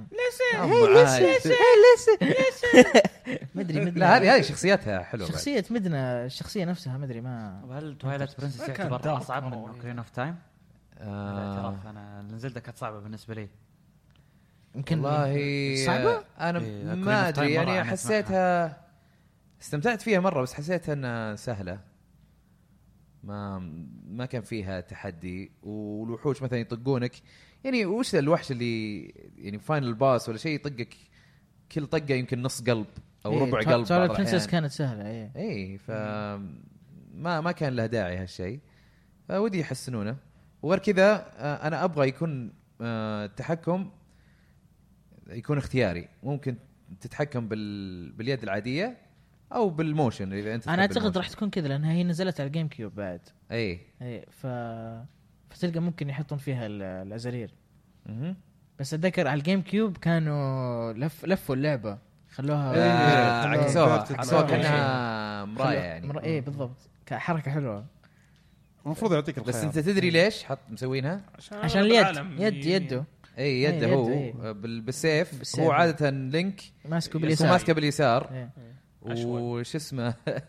ما ادري مدري لا هذه هذه شخصياتها حلوه بعد. شخصيه مدنا الشخصيه نفسها ما ادري ما هل تويلايت برنسس ما كان يعتبر دارك اصعب من مرة. اوكرين اوف تايم؟ آه باعتراف انا نزلتها كانت صعبه بالنسبه لي. يمكن والله صعبة؟ انا إيه، ما Ocarina of Time ادري مرة يعني أنا حسيتها استمتعت فيها مره، بس حسيتها انها سهله، ما ما كان فيها تحدي، والوحوش مثلا يطقونك، يعني وش الوحش اللي يعني فاينل باس ولا شيء يطقك كل طقه يمكن نص قلب او ربع قلب. ترى بعض برنسس الأحيان. كانت سهله. ايه اي ف ما ما كان له داعي هالشيء، فودي يحسنونه. وغير كذا آه، انا ابغى يكون آه، التحكم يكون اختياري، ممكن تتحكم بال... باليد العاديه او بالموشن اذا انت انا تحب اعتقد الموشن. راح تكون كذا لانها هي نزلت على الجيم كيوب بعد. اي ايه ف فتلقى ممكن يحطون فيها ال- الازرير. مهم. بس اتذكر على الجيم كيوب كانوا لف لفوا اللعبه خلوها آه، خلوها- عكسوها خلوها- عكسوها خلوها- كانها مرايه خلوها- يعني. مر... ايه بالضبط حركه حلوه. المفروض يعطيك بس الخيار. انت تدري ليش حط مسوينها؟ عشان اليد يد يده اي يده إيه، هو يده، إيه. بال... بالسيف. بالسيف. هو عاده لينك ماسكه يكون باليسار. ماسكه باليسار، إيه. أشول. وش اسمه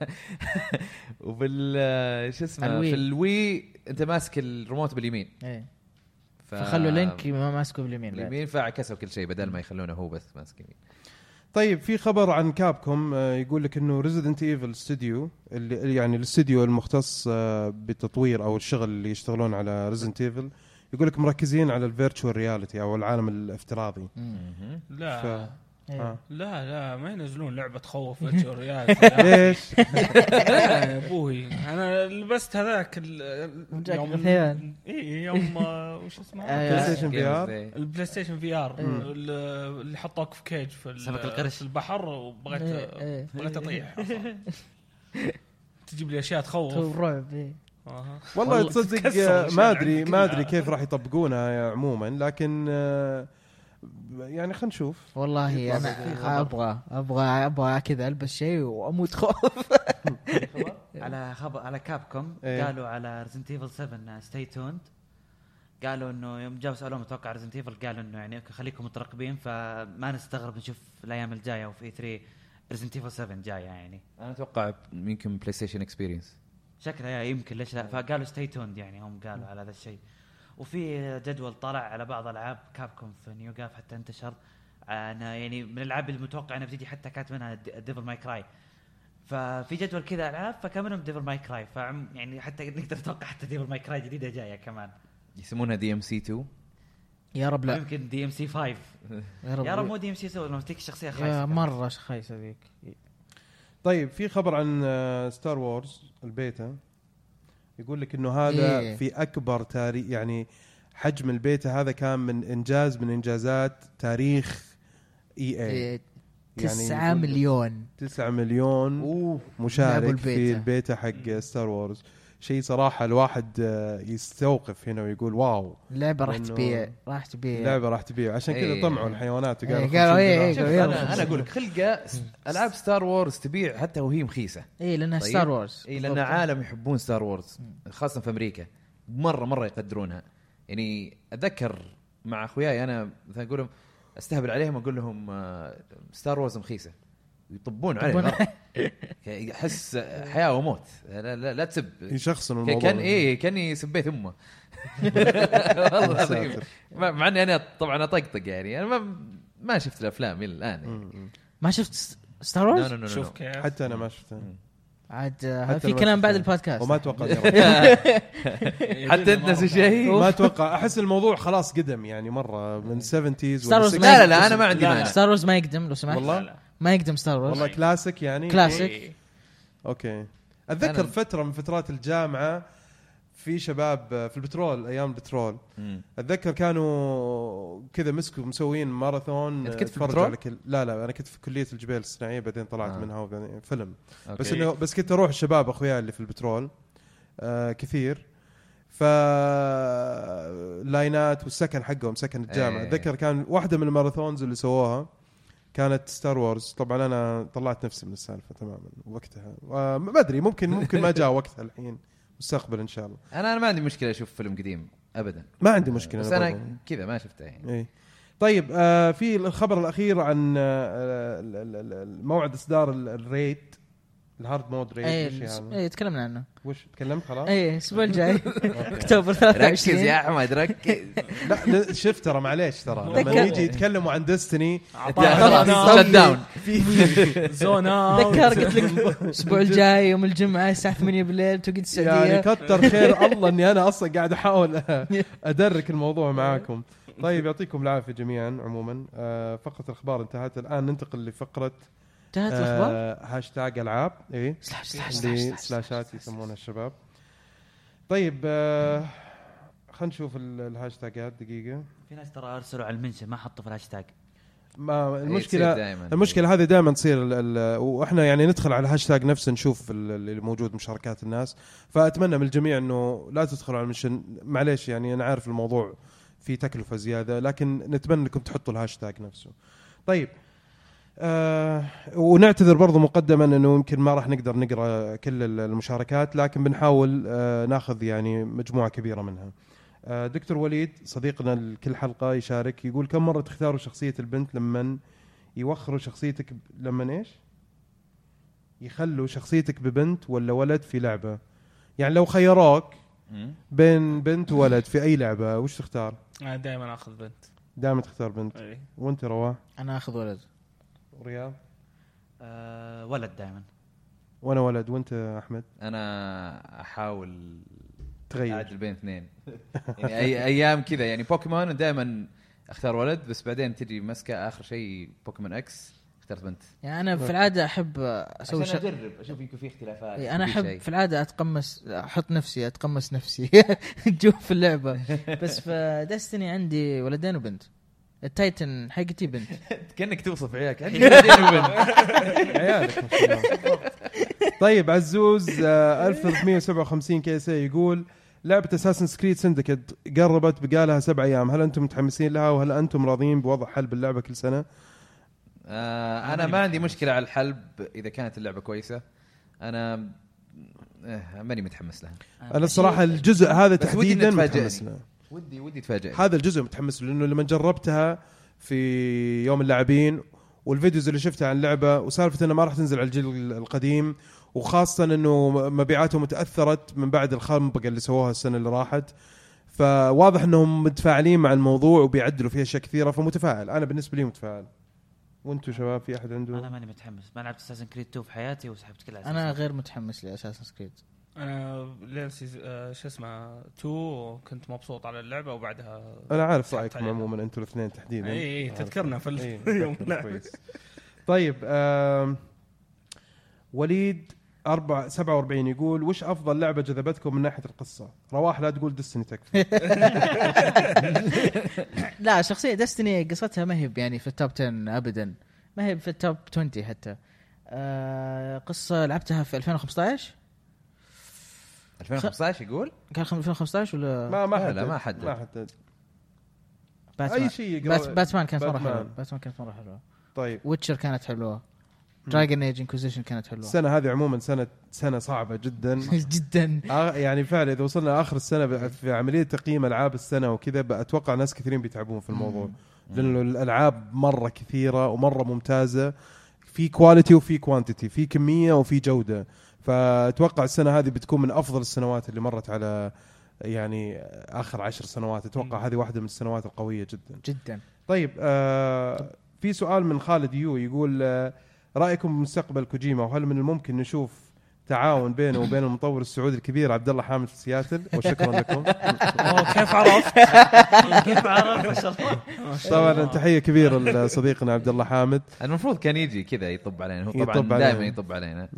وبال شو اسمه الوي. في الوي انت ماسك الريموت باليمين، ايه ف... فخلوا لينك ما ماسكه باليمين بعد. باليمين، فعكسوا كل شيء بدل ما يخلونه هو بس ماسك يمين. طيب في خبر عن كابكوم آه، يقول لك انه ريزيدنت ايفل ستوديو اللي يعني الاستوديو المختص آه، بالتطوير او الشغل اللي يشتغلون على ريزيدنت ايفل، يقول لك مركزين على الفيرتشوال رياليتي او العالم الافتراضي. مم. لا ف... آه. لا لا ما ينزلون لعبه تخوف ويتشر يا ليش؟ يا ابوي انا لبست هذاك يوم اي يوم وش اسمه بلاي ستيشن في ار البلاي ستيشن في ار اللي حطوك في كيج في في البحر وبغيت بغيت اطيح تجيب لي اشياء تخوف رعب. والله تصدق ما ادري ما ادري كيف راح يطبقونها عموما، لكن يعني خلينا نشوف. والله انا ابغى ابغى ابغى كذا البس شيء واموت خوف. على خبر على كابكوم إيه؟ قالوا على ريزنت ايفل سفن ستي توند، قالوا انه يوم جاوا سالوهم متوقع ريزنت ايفل، قالوا انه يعني خليكم مترقبين، فما نستغرب نشوف الايام الجايه وفي ثلاثة ريزنت ايفل سفن جايه. يعني انا اتوقع يمكن بلاي ستيشن اكسبيرينس شكلها يمكن، ليش لا، فقالوا ستي توند يعني هم قالوا على هذا الشيء. وفي جدول طلع على بعض العاب كابكوم في نيو جاف حتى انتشر، انا يعني من الالعاب المتوقع انها بتيجي حتى كانت منها ديفل ماي كراي، ففي جدول كذا العاب فكان منهم ديفل ماي كراي، فعم يعني حتى نقدر نتوقع حتى ديفل ماي كراي جديده جايه كمان يسمونها دي ام سي تو. يا رب لا، يمكن دي ام سي خمسة. يا رب, يا رب مو دي ام سي تو، لما تيك الشخصيه خايسه مره خايسه ذيك. طيب في خبر عن ستار وورز البيتا، يقول لك انه هذا إيه. في اكبر تاريخ، يعني حجم البيتا هذا كان من انجاز من انجازات تاريخ اي اي إيه. تسعة مليون تسعة مليون أوه. مشارك في البيتا حق ستار وورز. شيء صراحة الواحد يستوقف هنا ويقول واو، اللعبة راح تبيع راح تبيع اللعبة راح تبيع عشان كذا ايه. طمعوا الحيوانات وقالوا ايه قالوا ايه شوف انا انا اقول لك خلقه العاب ستار وورز تبيع حتى وهي مخيسه. اي لانها طيب. ستار وورز. اي لان عالم يحبون ستار وورز خاصه في امريكا، مره مره يقدرونها. يعني اتذكر مع اخوياي انا مثلا اقول لهم استهبل عليهم اقول لهم ستار وورز مخيسه يطبون عليه، يحس حياه وموت. لا لا, لا تسب يشخصن الموضوع كان ايه كاني سبيت امه والله. مع اني انا طبعا اطقطق يعني انا ما ما شفت الافلام الى الان يعني. ما شفت ستار وورز؟ شوف كيف حتى انا ما شفته عاد في كلام بعد البودكاست وما اتوقع حتى انت نفس الشيء ما اتوقع. احس الموضوع خلاص قدم يعني مره من سبعينيز لا لا لا انا ما عندي مانع. ستار وورز ما يقدم لو سمحت والله ما يقدم ستار وورز والله كلاسيك يعني كلاسيك. اوكي اتذكر أنا... فتره من فترات الجامعه في شباب في البترول ايام البترول م. اتذكر كانوا كذا مسكوا مسوين ماراثون اتفرج على كل... لا لا انا كنت في كليه الجبال الصناعيه بعدين طلعت آه. منها وبعدين فيلم أوكي. بس انه بس كنت اروح الشباب اخويا اللي في البترول آه كثير ف لاينات والسكن حقهم سكن الجامعه. اتذكر ايه. كان واحده من الماراثونز اللي سووها كانت ستار وورز. طبعا انا طلعت نفسي من السالفه تماما وقتها ما ادري ممكن ممكن ما جاء وقتها الحين مستقبل ان شاء الله. انا انا ما عندي مشكله اشوف فيلم قديم ابدا ما عندي مشكله بس انا, أنا كذا ما شفته يعني. ايه. طيب آه في الخبر الاخير عن آه موعد اصدار الريد الهارد مود ريد. ايه ايه تكلمنا عنه. وش تكلمت خلاص؟ ايه الاسبوع الجاي اكتوبر ثلاثة وعشرين. ركز يا احمد ركز. لا شفت ترى معليش ترى لما يجي يتكلموا عن ديستني شت داون في زونا. ذكر قلت لك الاسبوع الجاي يوم الجمعه الساعه ثمانية بالليل توقيت السعوديه. يعني كتر خير الله اني انا اصلا قاعد احاول ادرك الموضوع معاكم. طيب يعطيكم العافيه جميعا. عموما آه فقره الاخبار انتهت. الان ننتقل لفقره انتهت الاخبار. آه هاشتاج العاب ايه سلاش سلاش اللي سلاشات يسمونها الشباب. طيب آه خلينا نشوف الهاشتاجات دقيقه. في ناس ترى ارسلوا على المنشن ما حطوا في الهاشتاج. ما المشكله المشكله هذه دائما تصير واحنا يعني ندخل على الهاشتاج نفسه نشوف اللي موجود مشاركات الناس. فاتمنى من الجميع انه لا تدخلوا على المنشن معليش يعني انا عارف الموضوع في تكلفه زياده لكن نتمنى انكم تحطوا الهاشتاج نفسه. طيب آه ونعتذر برضو مقدما انه يمكن ما راح نقدر نقرا كل المشاركات لكن بنحاول آه ناخذ يعني مجموعه كبيره منها. آه دكتور وليد صديقنا لكل حلقه يشارك يقول كم مره تختاروا شخصيه البنت لما يوخروا شخصيتك ب... لما ايش يخلوا شخصيتك ببنت ولا ولد في لعبه؟ يعني لو خيروك بين بنت وولد في اي لعبه وش تختار؟ انا دائما اخذ بنت. دائما تختار بنت. أي. وانت رواح؟ انا اخذ ولد. رياض أه ولد دائما. وانا ولد. وانت احمد؟ انا احاول تغير اعدل بين اثنين يعني أي ايام كذا يعني بوكيمون دائما اختار ولد بس بعدين تجي مسكه اخر شيء بوكيمون اكس اخترت بنت. يعني انا في العاده احب اسوي عشان اجرب اشوف يمكن في اختلافات. انا احب شيء. في العاده اتقمص احط نفسي اتقمص نفسي جوا في اللعبه. بس في دستني عندي ولدين وبنت. التايتن حقتي بنت. كأنك توصف عيالك عندي ولدين وبنت. عيالك. طيب عزوز ألف وثلاثمية وسبعة وخمسين كيسي يقول لعبة أساسن سكريد سندكت قربت بقالها سبع أيام، هل أنتم متحمسين لها وهل أنتم راضيين بوضع حلب اللعبة كل سنة؟ آه أنا ما عندي مشكلة على الحلب إذا كانت اللعبة كويسة. أنا آه ماني متحمس لها. أنا الصراحة الجزء هذا تحديدا متحمس له. ودي ودي تفاجئني. هذا الجزء متحمس له لأنه لما جربتها في يوم اللاعبين والفيديوز اللي شفتها عن اللعبة وسالفة أنها ما راح تنزل على الجيل القديم، وخاصة أنه مبيعاتهم تأثرت من بعد الخنبقة اللي سووها السنة اللي راحت، فواضح أنهم متفاعلين مع الموضوع وبيعدلوا فيها أشياء كثيرة، فمتفاعل. أنا بالنسبة لي متفاعل. وانتو شباب في أحد عنده؟ أنا ماني متحمس، ما لعبت أساسن كريد تو في حياتي وسحبت كل أساسن. أنا غير متحمس لأساسن كريد. أنا لينسي آه شو اسمه تو كنت مبسوط على اللعبة وبعدها أنا عارف رأيكم عموما أنتوا الاثنين تحديدا. إيه إيه تذكرنا في إيه اليوم. طيب آه وليد أربعة سبعة وأربعين يقول وش أفضل لعبة جذبتكم من ناحية القصة؟ رواح لا تقول دستني تكفي. لا شخصية دستني قصتها ما هي يعني في التوب عشرة أبدا، ما هي في التوب عشرين حتى. آه قصة لعبتها في ألفين وخمسطعش ألفين وخمسطعش يقول كان ألفين وخمسطعش ولا ما ما حد حد ما حد ما حد باتمان. أي شيء بات باتمان كانت مرة باتمان. حلوة. باتمان كانت مرة حلوة. طيب ويتشر كانت حلوة. دراجون ايج انكوزيشن كانت حلوة. السنة هذه عموما سنة سنة صعبة جدا جدا. يعني فعلا إذا وصلنا آخر السنة في عملية تقييم ألعاب السنة وكذا أتوقع ناس كثيرين بيتعبون في الموضوع، لأنه الألعاب مرة كثيرة ومرة ممتازة، في كواليتي وفي كوانتيتي، في كمية وفي جودة. فأتوقع السنة هذه بتكون من أفضل السنوات اللي مرت على يعني آخر عشر سنوات. أتوقع هذه واحدة من السنوات القوية جدا جدا. طيب آه في سؤال من خالد يو يقول آه رأيكم بمستقبل كوجيما وهل من الممكن نشوف تعاون بينه وبين المطور السعودي الكبير عبد الله حامد في سياتل؟ وشكرا لكم. كيف عرفت؟ كيف عرفت؟ ما شاء الله. طبعا تحية كبيرة لصديقنا عبد الله حامد. المفروض كان يجي كذا يطب علينا، هو طبعا دائما يطب علينا.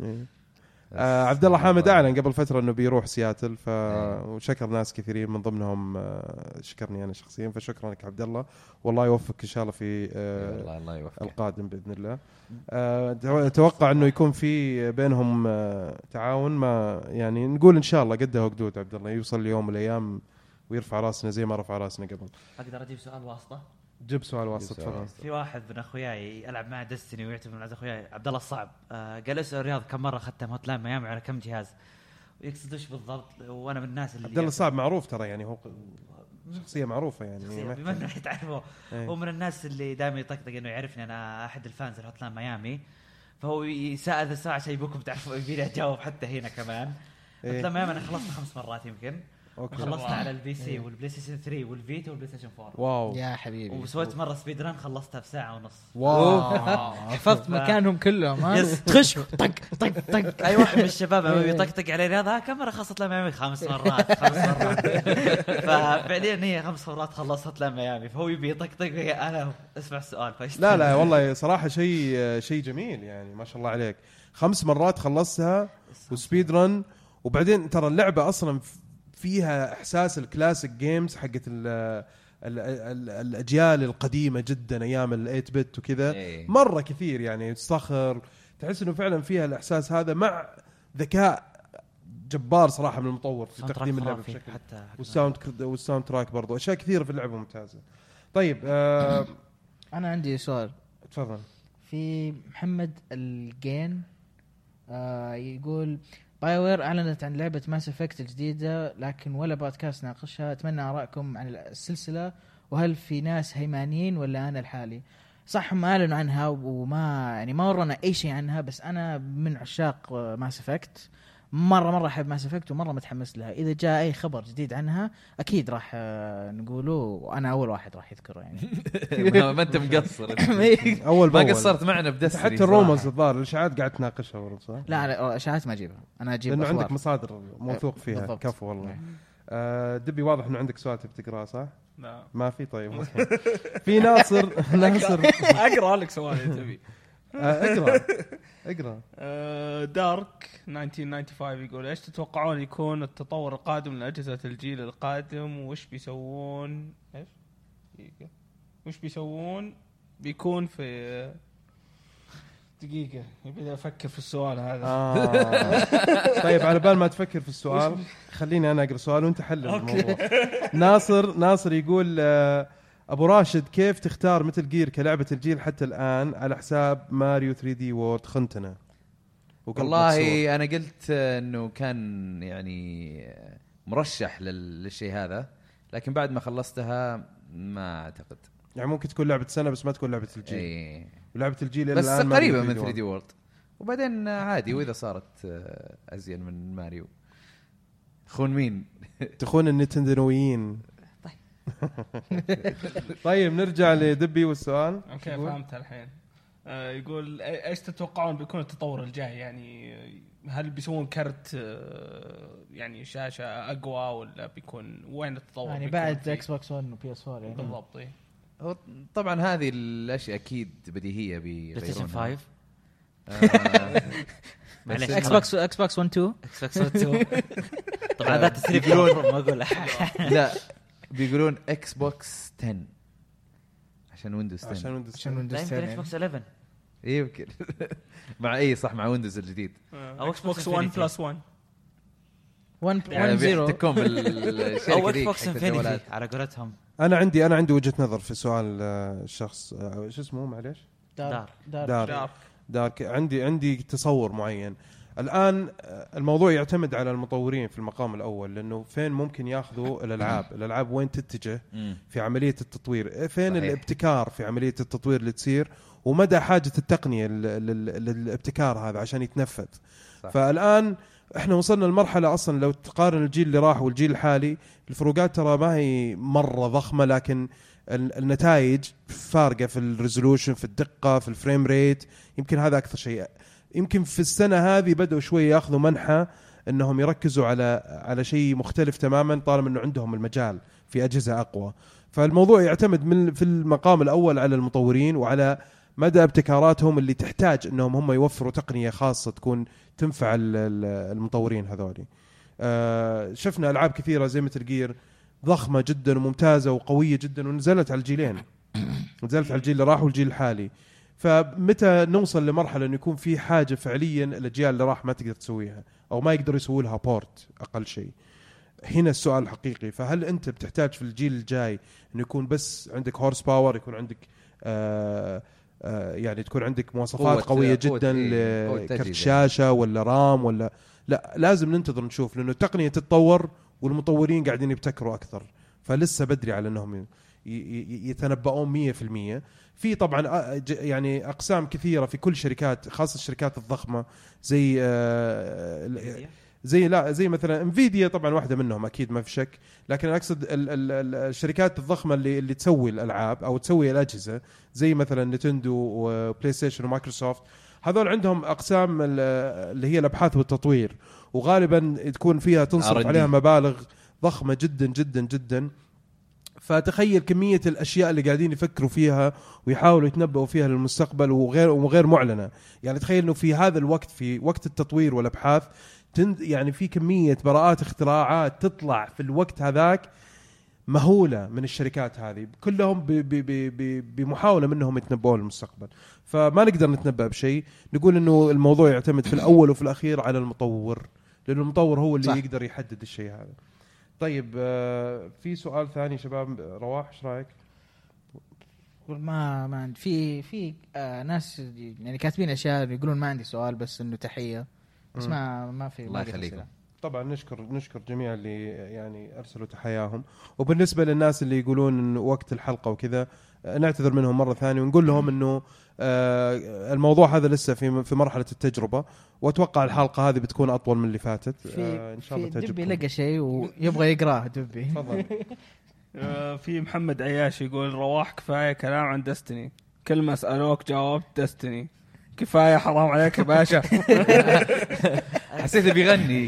آه عبد الله حامد أعلن قبل فترة إنه بيروح سياتل، ف وشكر ناس كثيرين من ضمنهم آه شكرني أنا شخصيا، فشكرا لك عبد الله، والله يوفقك إن شاء الله في آه الله الله يوفقك القادم بإذن الله. آه أتوقع إنه يكون في بينهم آه تعاون، ما يعني نقول إن شاء الله قده وقدود عبد الله يوصل ليوم من الأيام ويرفع راسنا زي ما رفع راسنا قبل. أقدر أجيب سؤال واسطة؟ جيب سؤال واسطة تفضل. في واحد من اخوياي العب معه دستني ويعتبر من اخوياي عبد الله الصعب، آه قال اسال الرياض كم مره ختم هوت لاين ميامي على كم جهاز، ويقصد ايش بالضبط. وانا من الناس اللي عبد الله الصعب معروف ترى، يعني هو شخصيه معروفه يعني بما انه يتعرفه. هو من الناس اللي دائما يطقطق انه يعرفني انا احد الفانز هوت لاين ميامي، فهو يساعد الساعه شيء بكم تعرفوا يبيني اجاوب حتى هنا كمان. هوت لاين ميامي انا خلصت خمس مرات يمكن. خلصتها على البي سي والبلاي ستيشن ثري والفيتا والبلاي ستيشن فور. واو يا حبيبي. وسويت مره سبيد ران خلصتها في ساعه ونص. واو حفظت مكانهم كلهم ها. تخش طق طق طق. اي واحد من الشباب لما بيطقطق على رياض ها كم مره خلصت لما خمس مرات خمس مرات. ففعليا هي خمس مرات خلصت لما ميامي، فهو يبي يطقطق انا اسمع السؤال. لا لا والله صراحه شيء شيء جميل يعني ما شاء الله عليك، خمس مرات خلصتها وسبيد ران. وبعدين ترى اللعبه اصلا فيها احساس الكلاسيك جيمز حقت ال ال ال الاجيال القديمه جدا ايام الايت بت وكذا مره كثير، يعني صخر تحس انه فعلا فيها الاحساس هذا مع ذكاء جبار صراحه من المطور في تقديم اللعبه بشكل حتى والساوند والساوند تراك برضو اشياء كثيره في اللعبه ممتازه. طيب آه انا عندي سؤال. تفضل. في محمد الجين آه يقول بايوير أعلنت عن لعبة ماس إفكت الجديدة لكن ولا بودكاست ناقشها، أتمنى آراءكم عن السلسلة وهل في ناس هيمانيين ولا أنا الحالي. صح ما أعلنوا عنها وما يعني ما ورونا أي شيء عنها، بس أنا من عشاق ماس إفكت مرة مرة أحب ماس إفكت ومرة متحمس لها. إذا جاء أي خبر جديد عنها أكيد راح نقوله وأنا أول واحد راح يذكره يعني. ما أنت مقصر أول ما قصرت معنا بدستري حتى الرومرز الظاهر الإشاعات قاعد تناقشها ورد صح؟ لا لا إشاعات ما أجيبها أنا أجيب لأنه أخبار. عندك مصادر موثوق فيها. بالضبط. كفو والله. آه دبي واضح انه عندك سؤال تبي تقراه صح؟ لا ما في. طيب في ناصر ناصر اقرا لك سؤال تبي اقرا اقرا دارك ألف وتسعمية وخمسة وتسعين يقول ايش تتوقعون يكون التطور القادم لأجهزة الجيل القادم وش بيسوون ايش وش بيسوون بيكون في دقيقة يبي افكر في السؤال هذا. آه. طيب على بال ما تفكر في السؤال خليني انا اقرا سؤال وانت حل الموضوع. ناصر ناصر يقول آه ابو راشد كيف تختار مثل جير كلعبة الجيل حتى الان على حساب ماريو ثري دي وورد خنتنا؟ والله مكسور. انا قلت انه كان يعني مرشح للشيء هذا لكن بعد ما خلصتها ما اعتقد. يعني ممكن تكون لعبة سنة بس ما تكون لعبة الجيل. ايه. ولعبة الجيل بس الآن قريبة من ثري دي وورد وبعدين عادي وإذا صارت أزين من ماريو خون مين تخون النتندرويين. طيب طيب نرجع لدبي والسؤال. اوكي فهمت الحين. آه يقول ايش تتوقعون بيكون التطور الجاي يعني هل بيسوون كرت آه يعني شاشة أقوى ولا بيكون وين التطور يعني بعد اكس بوكس ون وبي اس فور يعني بالضبط. طبعا هذه الاشياء اكيد بديهيه بلايستيشن بيغيرونها. معليش اكس بوكس اكس بوكس ون تو اكس بوكس ون تو طبعا ذات تسريب ما اقول لا بيقولون اكس بوكس عشرة عشان ويندوز عشرة عشان ويندوز عشان ويندوز عشرة اكس بوكس إحداشر يمكن مع اي صح مع ويندوز الجديد او اكس بوكس ون بلس ون ون يعني زيرو بيحتكم بالشركه او اكس بوكس انفينيتي على قولتهم. انا عندي انا عندي وجهة نظر في سؤال الشخص ايش اسمه معليش دار دار دار دار دارك. عندي عندي تصور معين الآن. الموضوع يعتمد على المطورين في المقام الأول لأنه فين ممكن يأخذوا الألعاب الألعاب وين تتجه في عملية التطوير فين صحيح. الابتكار في عملية التطوير اللي تصير ومدى حاجة التقنية للابتكار هذا عشان يتنفذ. صح. فالآن احنا وصلنا لمرحلة أصلا لو تقارن الجيل اللي راح والجيل الحالي الفروقات ترى ما هي مرة ضخمة لكن النتائج فارقة في الريزولوشن في الدقة في الفريم ريت. يمكن هذا أكثر شيء. يمكن في السنة هذه بدأوا شوي يأخذوا منحة أنهم يركزوا على على شيء مختلف تماما طالما أنه عندهم المجال في أجهزة أقوى. فالموضوع يعتمد من في المقام الأول على المطورين وعلى مدى ابتكاراتهم اللي تحتاج أنهم هم يوفروا تقنية خاصة تكون تنفع المطورين هذولي. آه شفنا ألعاب كثيرة زي مثل جير ضخمة جدا وممتازة وقوية جدا ونزلت على الجيلين نزلت على الجيل اللي راح والجيل الحالي. فمتى نوصل لمرحلة أن يكون في حاجة فعليا الأجيال اللي راح ما تقدر تسويها أو ما يقدر يسوي لها بورت أقل شيء. هنا السؤال الحقيقي فهل أنت بتحتاج في الجيل الجاي أن يكون بس عندك هورس باور يكون عندك آآ آآ يعني تكون عندك مواصفات قوية جدا لكرت شاشة ولا رام ولا لا لازم ننتظر نشوف لأنه التقنية تتطور والمطورين قاعدين يبتكروا أكثر فلسه بدري على أنهم يتنبؤون مية في المية. في طبعا يعني أقسام كثيرة في كل شركات خاصة الشركات الضخمة زي زي لا زي مثلا انفيديا طبعا واحدة منهم أكيد ما في شك لكن أقصد ال ال الشركات الضخمة اللي اللي تسوي الألعاب أو تسوي الأجهزة زي مثلا نينتندو وبلاي ستيشن ومايكروسوفت هذول عندهم أقسام اللي هي الأبحاث والتطوير وغالبا تكون فيها تنصرف عليها مبالغ ضخمة جدا جدا جدا. فتخيل كمية الأشياء اللي قاعدين يفكروا فيها ويحاولوا يتنبؤوا فيها للمستقبل وغير وغير معلنة. يعني تخيل إنه في هذا الوقت في وقت التطوير والأبحاث يعني في كمية براءات اختراعات تطلع في الوقت هذاك مهولة من الشركات هذه كلهم بمحاولة منهم يتنبؤوا للمستقبل. فما نقدر نتنبأ بشيء نقول إنه الموضوع يعتمد في الأول وفي الأخير على المطور لأنه المطور هو اللي صح. يقدر يحدد الشيء هذا. طيب في سؤال ثاني شباب رواح ايش رايك؟ ما ما عندي في في آه ناس يعني كاتبين اشياء يقولون ما عندي سؤال بس انه تحيه بس ما ما في الله يخليكم. طبعا نشكر نشكر جميع اللي يعني ارسلوا تحياهم وبالنسبه للناس اللي يقولون انه وقت الحلقه وكذا نعتذر منهم مره ثانيه ونقول لهم انه آه الموضوع هذا لسه في في مرحله التجربه واتوقع الحلقه هذه بتكون اطول من اللي فاتت. آه ان شاء الله تعجبكم. دبي لقى شيء ويبغى يقراه دبي تفضل. آه في محمد عياش يقول رواح كفايه كلام عن دستني كلمه سالوك جاوبت دستني كفايه حرام عليك يا باشا. حسيته بيغني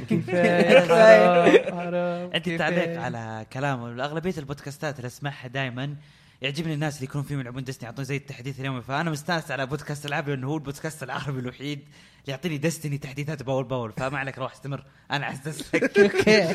كفايه. عندي تعليق على كلامه. اغلبيه البودكاستات اللي اسمعها دائما يعجبني الناس اللي يكونوا فيهم يلعبون ديستني يعطون زي التحديث اليومي. فانا مستانس على بودكاست العاب لانه هو البودكاست العربي الوحيد اللي يعطيني ديستني تحديثات باول باول. فما عليك روح استمر انا عززتك. اوكي.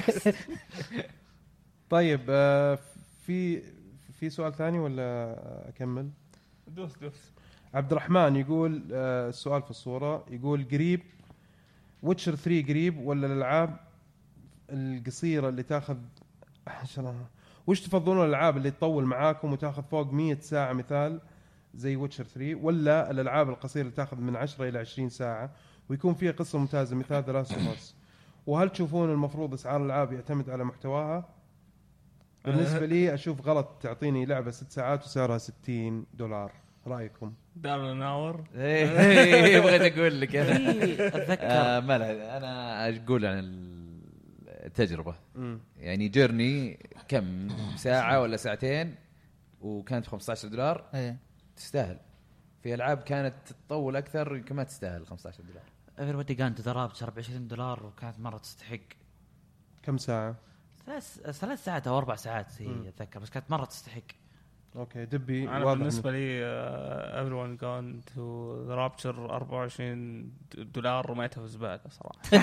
طيب آه في في سؤال ثاني ولا اكمل؟ دوس دوس. عبد الرحمن يقول آه السؤال في الصورة يقول قريب ويتشر ثري قريب ولا الالعاب القصيرة اللي تاخذ عشان وش تفضلون الالعاب اللي تطول معاكم وتاخذ فوق مية ساعة مثال زي ويتشر ثري ولا الالعاب القصيرة اللي تاخذ من عشرة إلى عشرين ساعة ويكون فيها قصة ممتازة مثال ذا لاست اوف اس؟ وهل تشوفون المفروض اسعار الالعاب يعتمد على محتواها؟ بالنسبة لي اشوف غلط تعطيني لعبة ست ساعات وسعرها ستين دولار. رايكم؟ دار ناور. ايه بغيت اقول لك انا اتذكر آه ما لا انا اقول عن التجربه. مم. يعني جيرني كم ساعه ولا ساعتين وكانت خمسة عشر دولار ايه تستاهل. في العاب كانت تطول اكثر يمكن ما تستاهل خمسة عشر دولار. غير ودي كانت ضربت شرب عشرين دولار وكانت مره تستحق. كم ساعة؟ ثلاث ثلاث ساعات او اربع ساعات هي اتذكر بس كانت مره تستحق. اوكي دبي. انا بالنسبه لي everyone gone to the rapture أربعة وعشرين دولار رميتها في الزباله صراحه.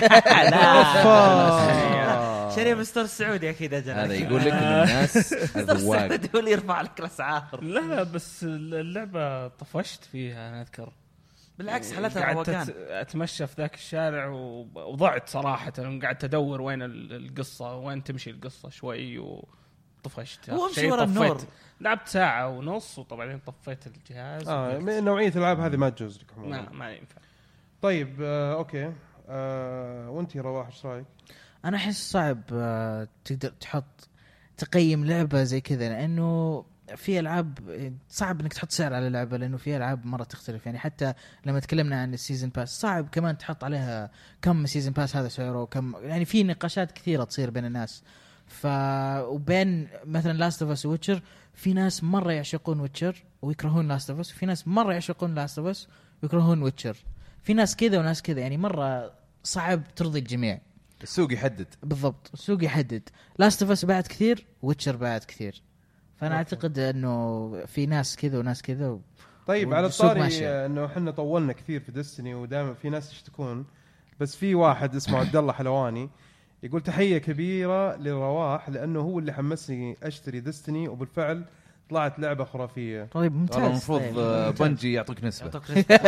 لا شريه مستر السعودي اكيد اجل. هذا يقول لك ان الناس الذواق هو اللي يرفع لك الاسعار. لا لا بس اللعبه طفشت فيها انا اذكر. بالعكس حالتها روقان. اتمشى في ذاك الشارع وضعت صراحه قعدت ادور وين القصه وين تمشي القصه شوي وطفشت. هو امشي ورا النور. لعبت ساعه ونص وطبعا طفيت الجهاز. اه نوعيه الالعاب هذه ما تجوز لك عموما. ما ما ينفع. طيب آه اوكي آه وانتي رواح ايش رايك؟ انا احس صعب آه تقدر تحط تقيم لعبه زي كذا لانه في العاب صعب انك تحط سعر على لعبه لانه في العاب مره تختلف. يعني حتى لما تكلمنا عن السيزن باس صعب كمان تحط عليها كم سيزن باس هذا سعره وكم. يعني في نقاشات كثيره تصير بين الناس. ف وبين مثلا لاست اوف اس ويتشر في ناس مره يعشقون ويتشر ويكرهون لاست اوف اس وفي ناس مره يعشقون لاست اوف اس ويكرهون ويتشر. في ناس كذا وناس كذا. يعني مره صعب ترضي الجميع. السوق يحدد بالضبط. السوق يحدد. لاست اوف اس باعت كثير ويتشر باعت كثير. فانا أوكي. اعتقد انه في ناس كذا وناس كذا و... طيب على الطاري انه احنا طولنا كثير في ديستني ودائما في ناس يشتكون بس في واحد اسمه عبد الله حلواني يقول تحيه كبيره لرواح لانه هو اللي حمسني اشتري ديستني وبالفعل طلعت لعبه خرافيه. طيب ممتاز. المفروض طيب. بنجي يعطيك نسبه.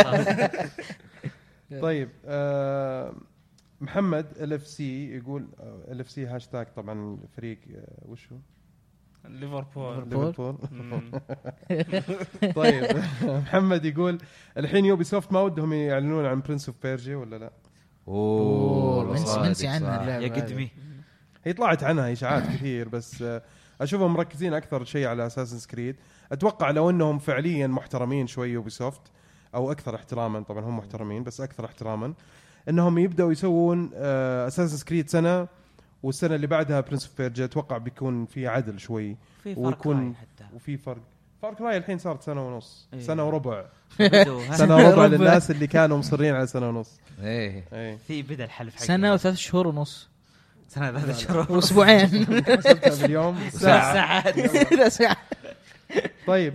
طيب آه محمد ال اف سي يقول ال اف سي هاشتاج طبعا فريق آه وش هو ليفربول. ليفربول. طيب محمد يقول الحين يوبي سوفت ما ودهم يعلنون عن برنس اوف بيرجيا ولا لا؟ اوه منسي عنها اللعبه يا قدمي. هي طلعت عنها اشاعات كثير بس اشوفهم مركزين اكثر شيء على اساسنز كريد. اتوقع لو انهم فعليا محترمين شوي يوبي سوفت او اكثر احتراما طبعا هم محترمين بس اكثر احتراما انهم يبداوا يسوون اساسنز كريد سنه والسنه اللي بعدها برنس اوف بيرجيا. اتوقع بيكون في عدل شوي ويكون وفي فرق. فار كراي الحين صارت سنه ونص إيه. سنه وربع سنه وربع للناس اللي كانوا مصرين على سنه ونص. ايه ايه في بدا الحلف حق سنه وثلاث شهور ونص. سنه ثلاث شهور واسبوعين باليوم ساعات ساعات. طيب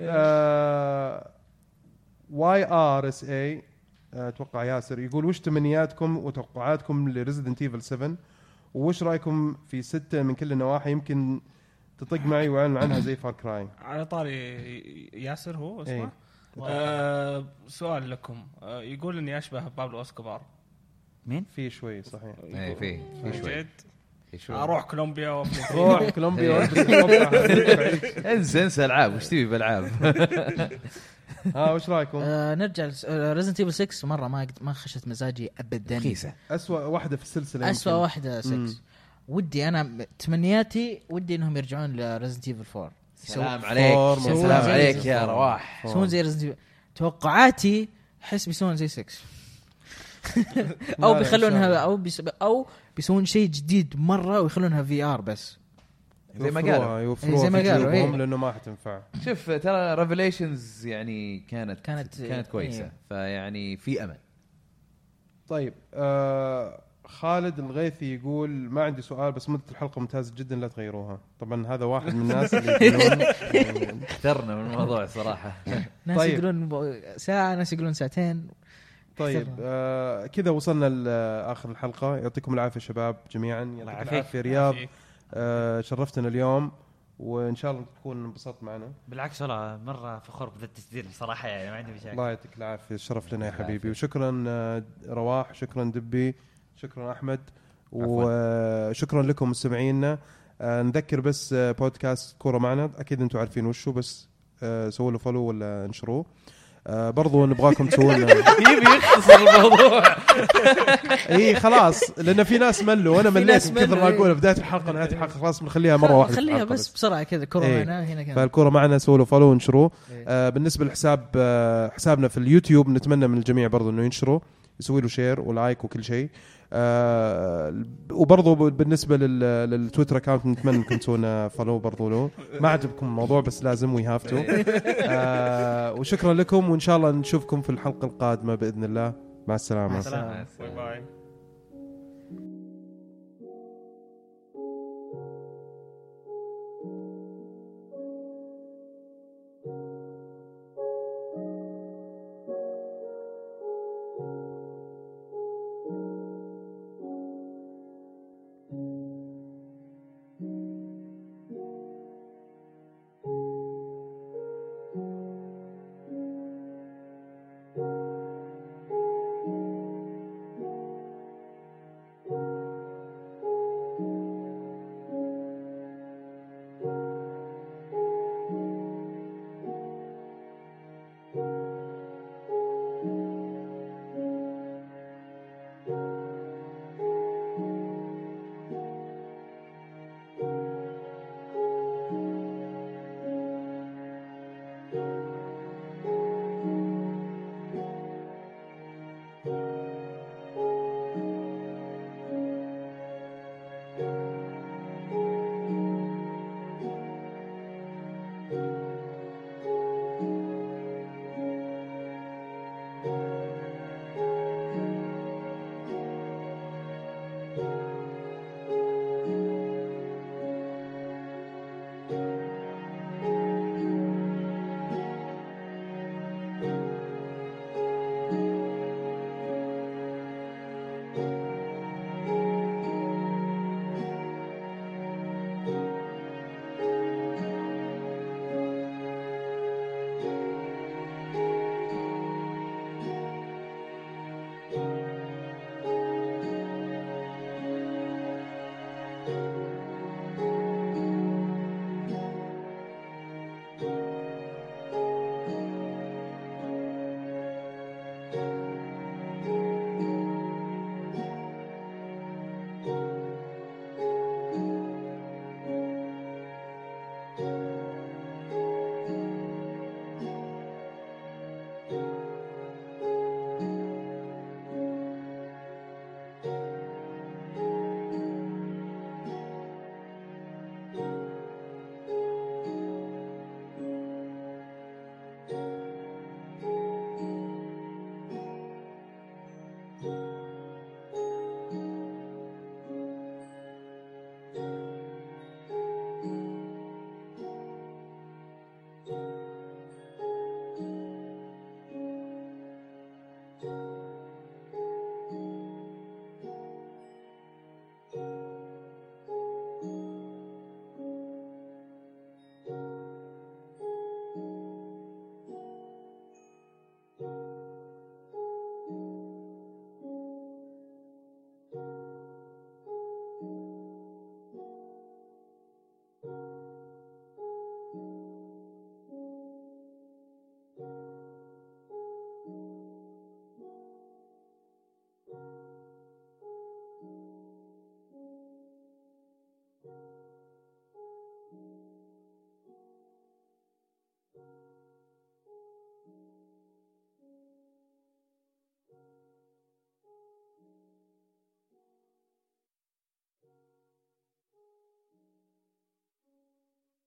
واي ار اس اي اتوقع ياسر يقول وش تمنياتكم وتوقعاتكم لريزيدنت ايفل سبعة وش رايكم في ستة من كل النواحي يمكن تطق معي وعن عنها زي فار كراي. على طاري ياسر هو اسمه ايه. آه سؤال لكم. آه يقول اني اشبه بابلو اسكوبار. مين؟ في شوي صحيح. اي في في شوي. شوي اروح كولومبيا واروح كولومبيا انسى انسى العاب وش تبي بالعاب. ها وش رايكم؟ آه نرجع ريزنت ايفل ستة مره ما ما خشت مزاجي ابدا. رخيصه. اسوأ واحده في السلسله. اسوأ واحده ستة. ودي انا تمنياتي ودي انهم يرجعون لريزنت ايفل فور. سلام عليك سلام عليك يا رواح. يسوون زي ريزنت. توقعاتي حس بيسوون زي ستة او بيخلونها او بيسب... او بيسوون شيء جديد مره ويخلونها في ار بس زي ما قالوا زي ما قالوا ايه. لانه ما حتنفع. شوف ترى ريفيليشنز يعني كانت كانت كانت كويسه. ايه. فيعني في امل. طيب آه خالد الغيثي يقول ما عندي سؤال بس مدة الحلقة ممتازة جدا لا تغيروها. طبعا هذا واحد من الناس اللي يقولون اكثرنا من الموضوع صراحة. ناس طيب. يقولون ساعة، ناس يقولون ساعتين. طيب آه كذا وصلنا لآخر الحلقة. يعطيكم العافية شباب جميعا. يعطيكم العافية رياض. آه شرفتنا اليوم وإن شاء الله تكون انبسطت معنا. بالعكس والله مرة فخور بذا التسجيل بصراحة يعني ما عندي مشاكل. الله يعطيك العافية الشرف لنا يا حبيبي. وشكرا رواح، شكرا دبي، شكرا أحمد، وشكرا لكم مستمعينا. نذكر بس بودكاست كورة معنا أكيد أنتم عارفين وشو، بس سووا له فولو ولا انشروه. آه برضو نبغاكم تسوون يبي يختصر الموضوع. اي خلاص لان في ناس ملوا وانا مليت من كثر ما اقول بدايه الحلقه نهايه الحلقه خلاص بنخليها مره واحده. خليها بس بسرعه كذا كوره إيه. معنا هنا كان فالكوره معنا سووا له فولو ونشروه. إيه. آه بالنسبه لحساب آه حسابنا في اليوتيوب نتمنى من الجميع برضو انه ينشروا، يسوي له شير ولايك وكل شيء. آه وبرضو بالنسبه للتويتر اكاونت نتمنى انكم تسوون فولو برضو له. ما عجبكم الموضوع بس لازم ويهافتوا. آه وشكرا لكم وان شاء الله نشوفكم في الحلقه القادمه باذن الله. مع السلامه. باي باي.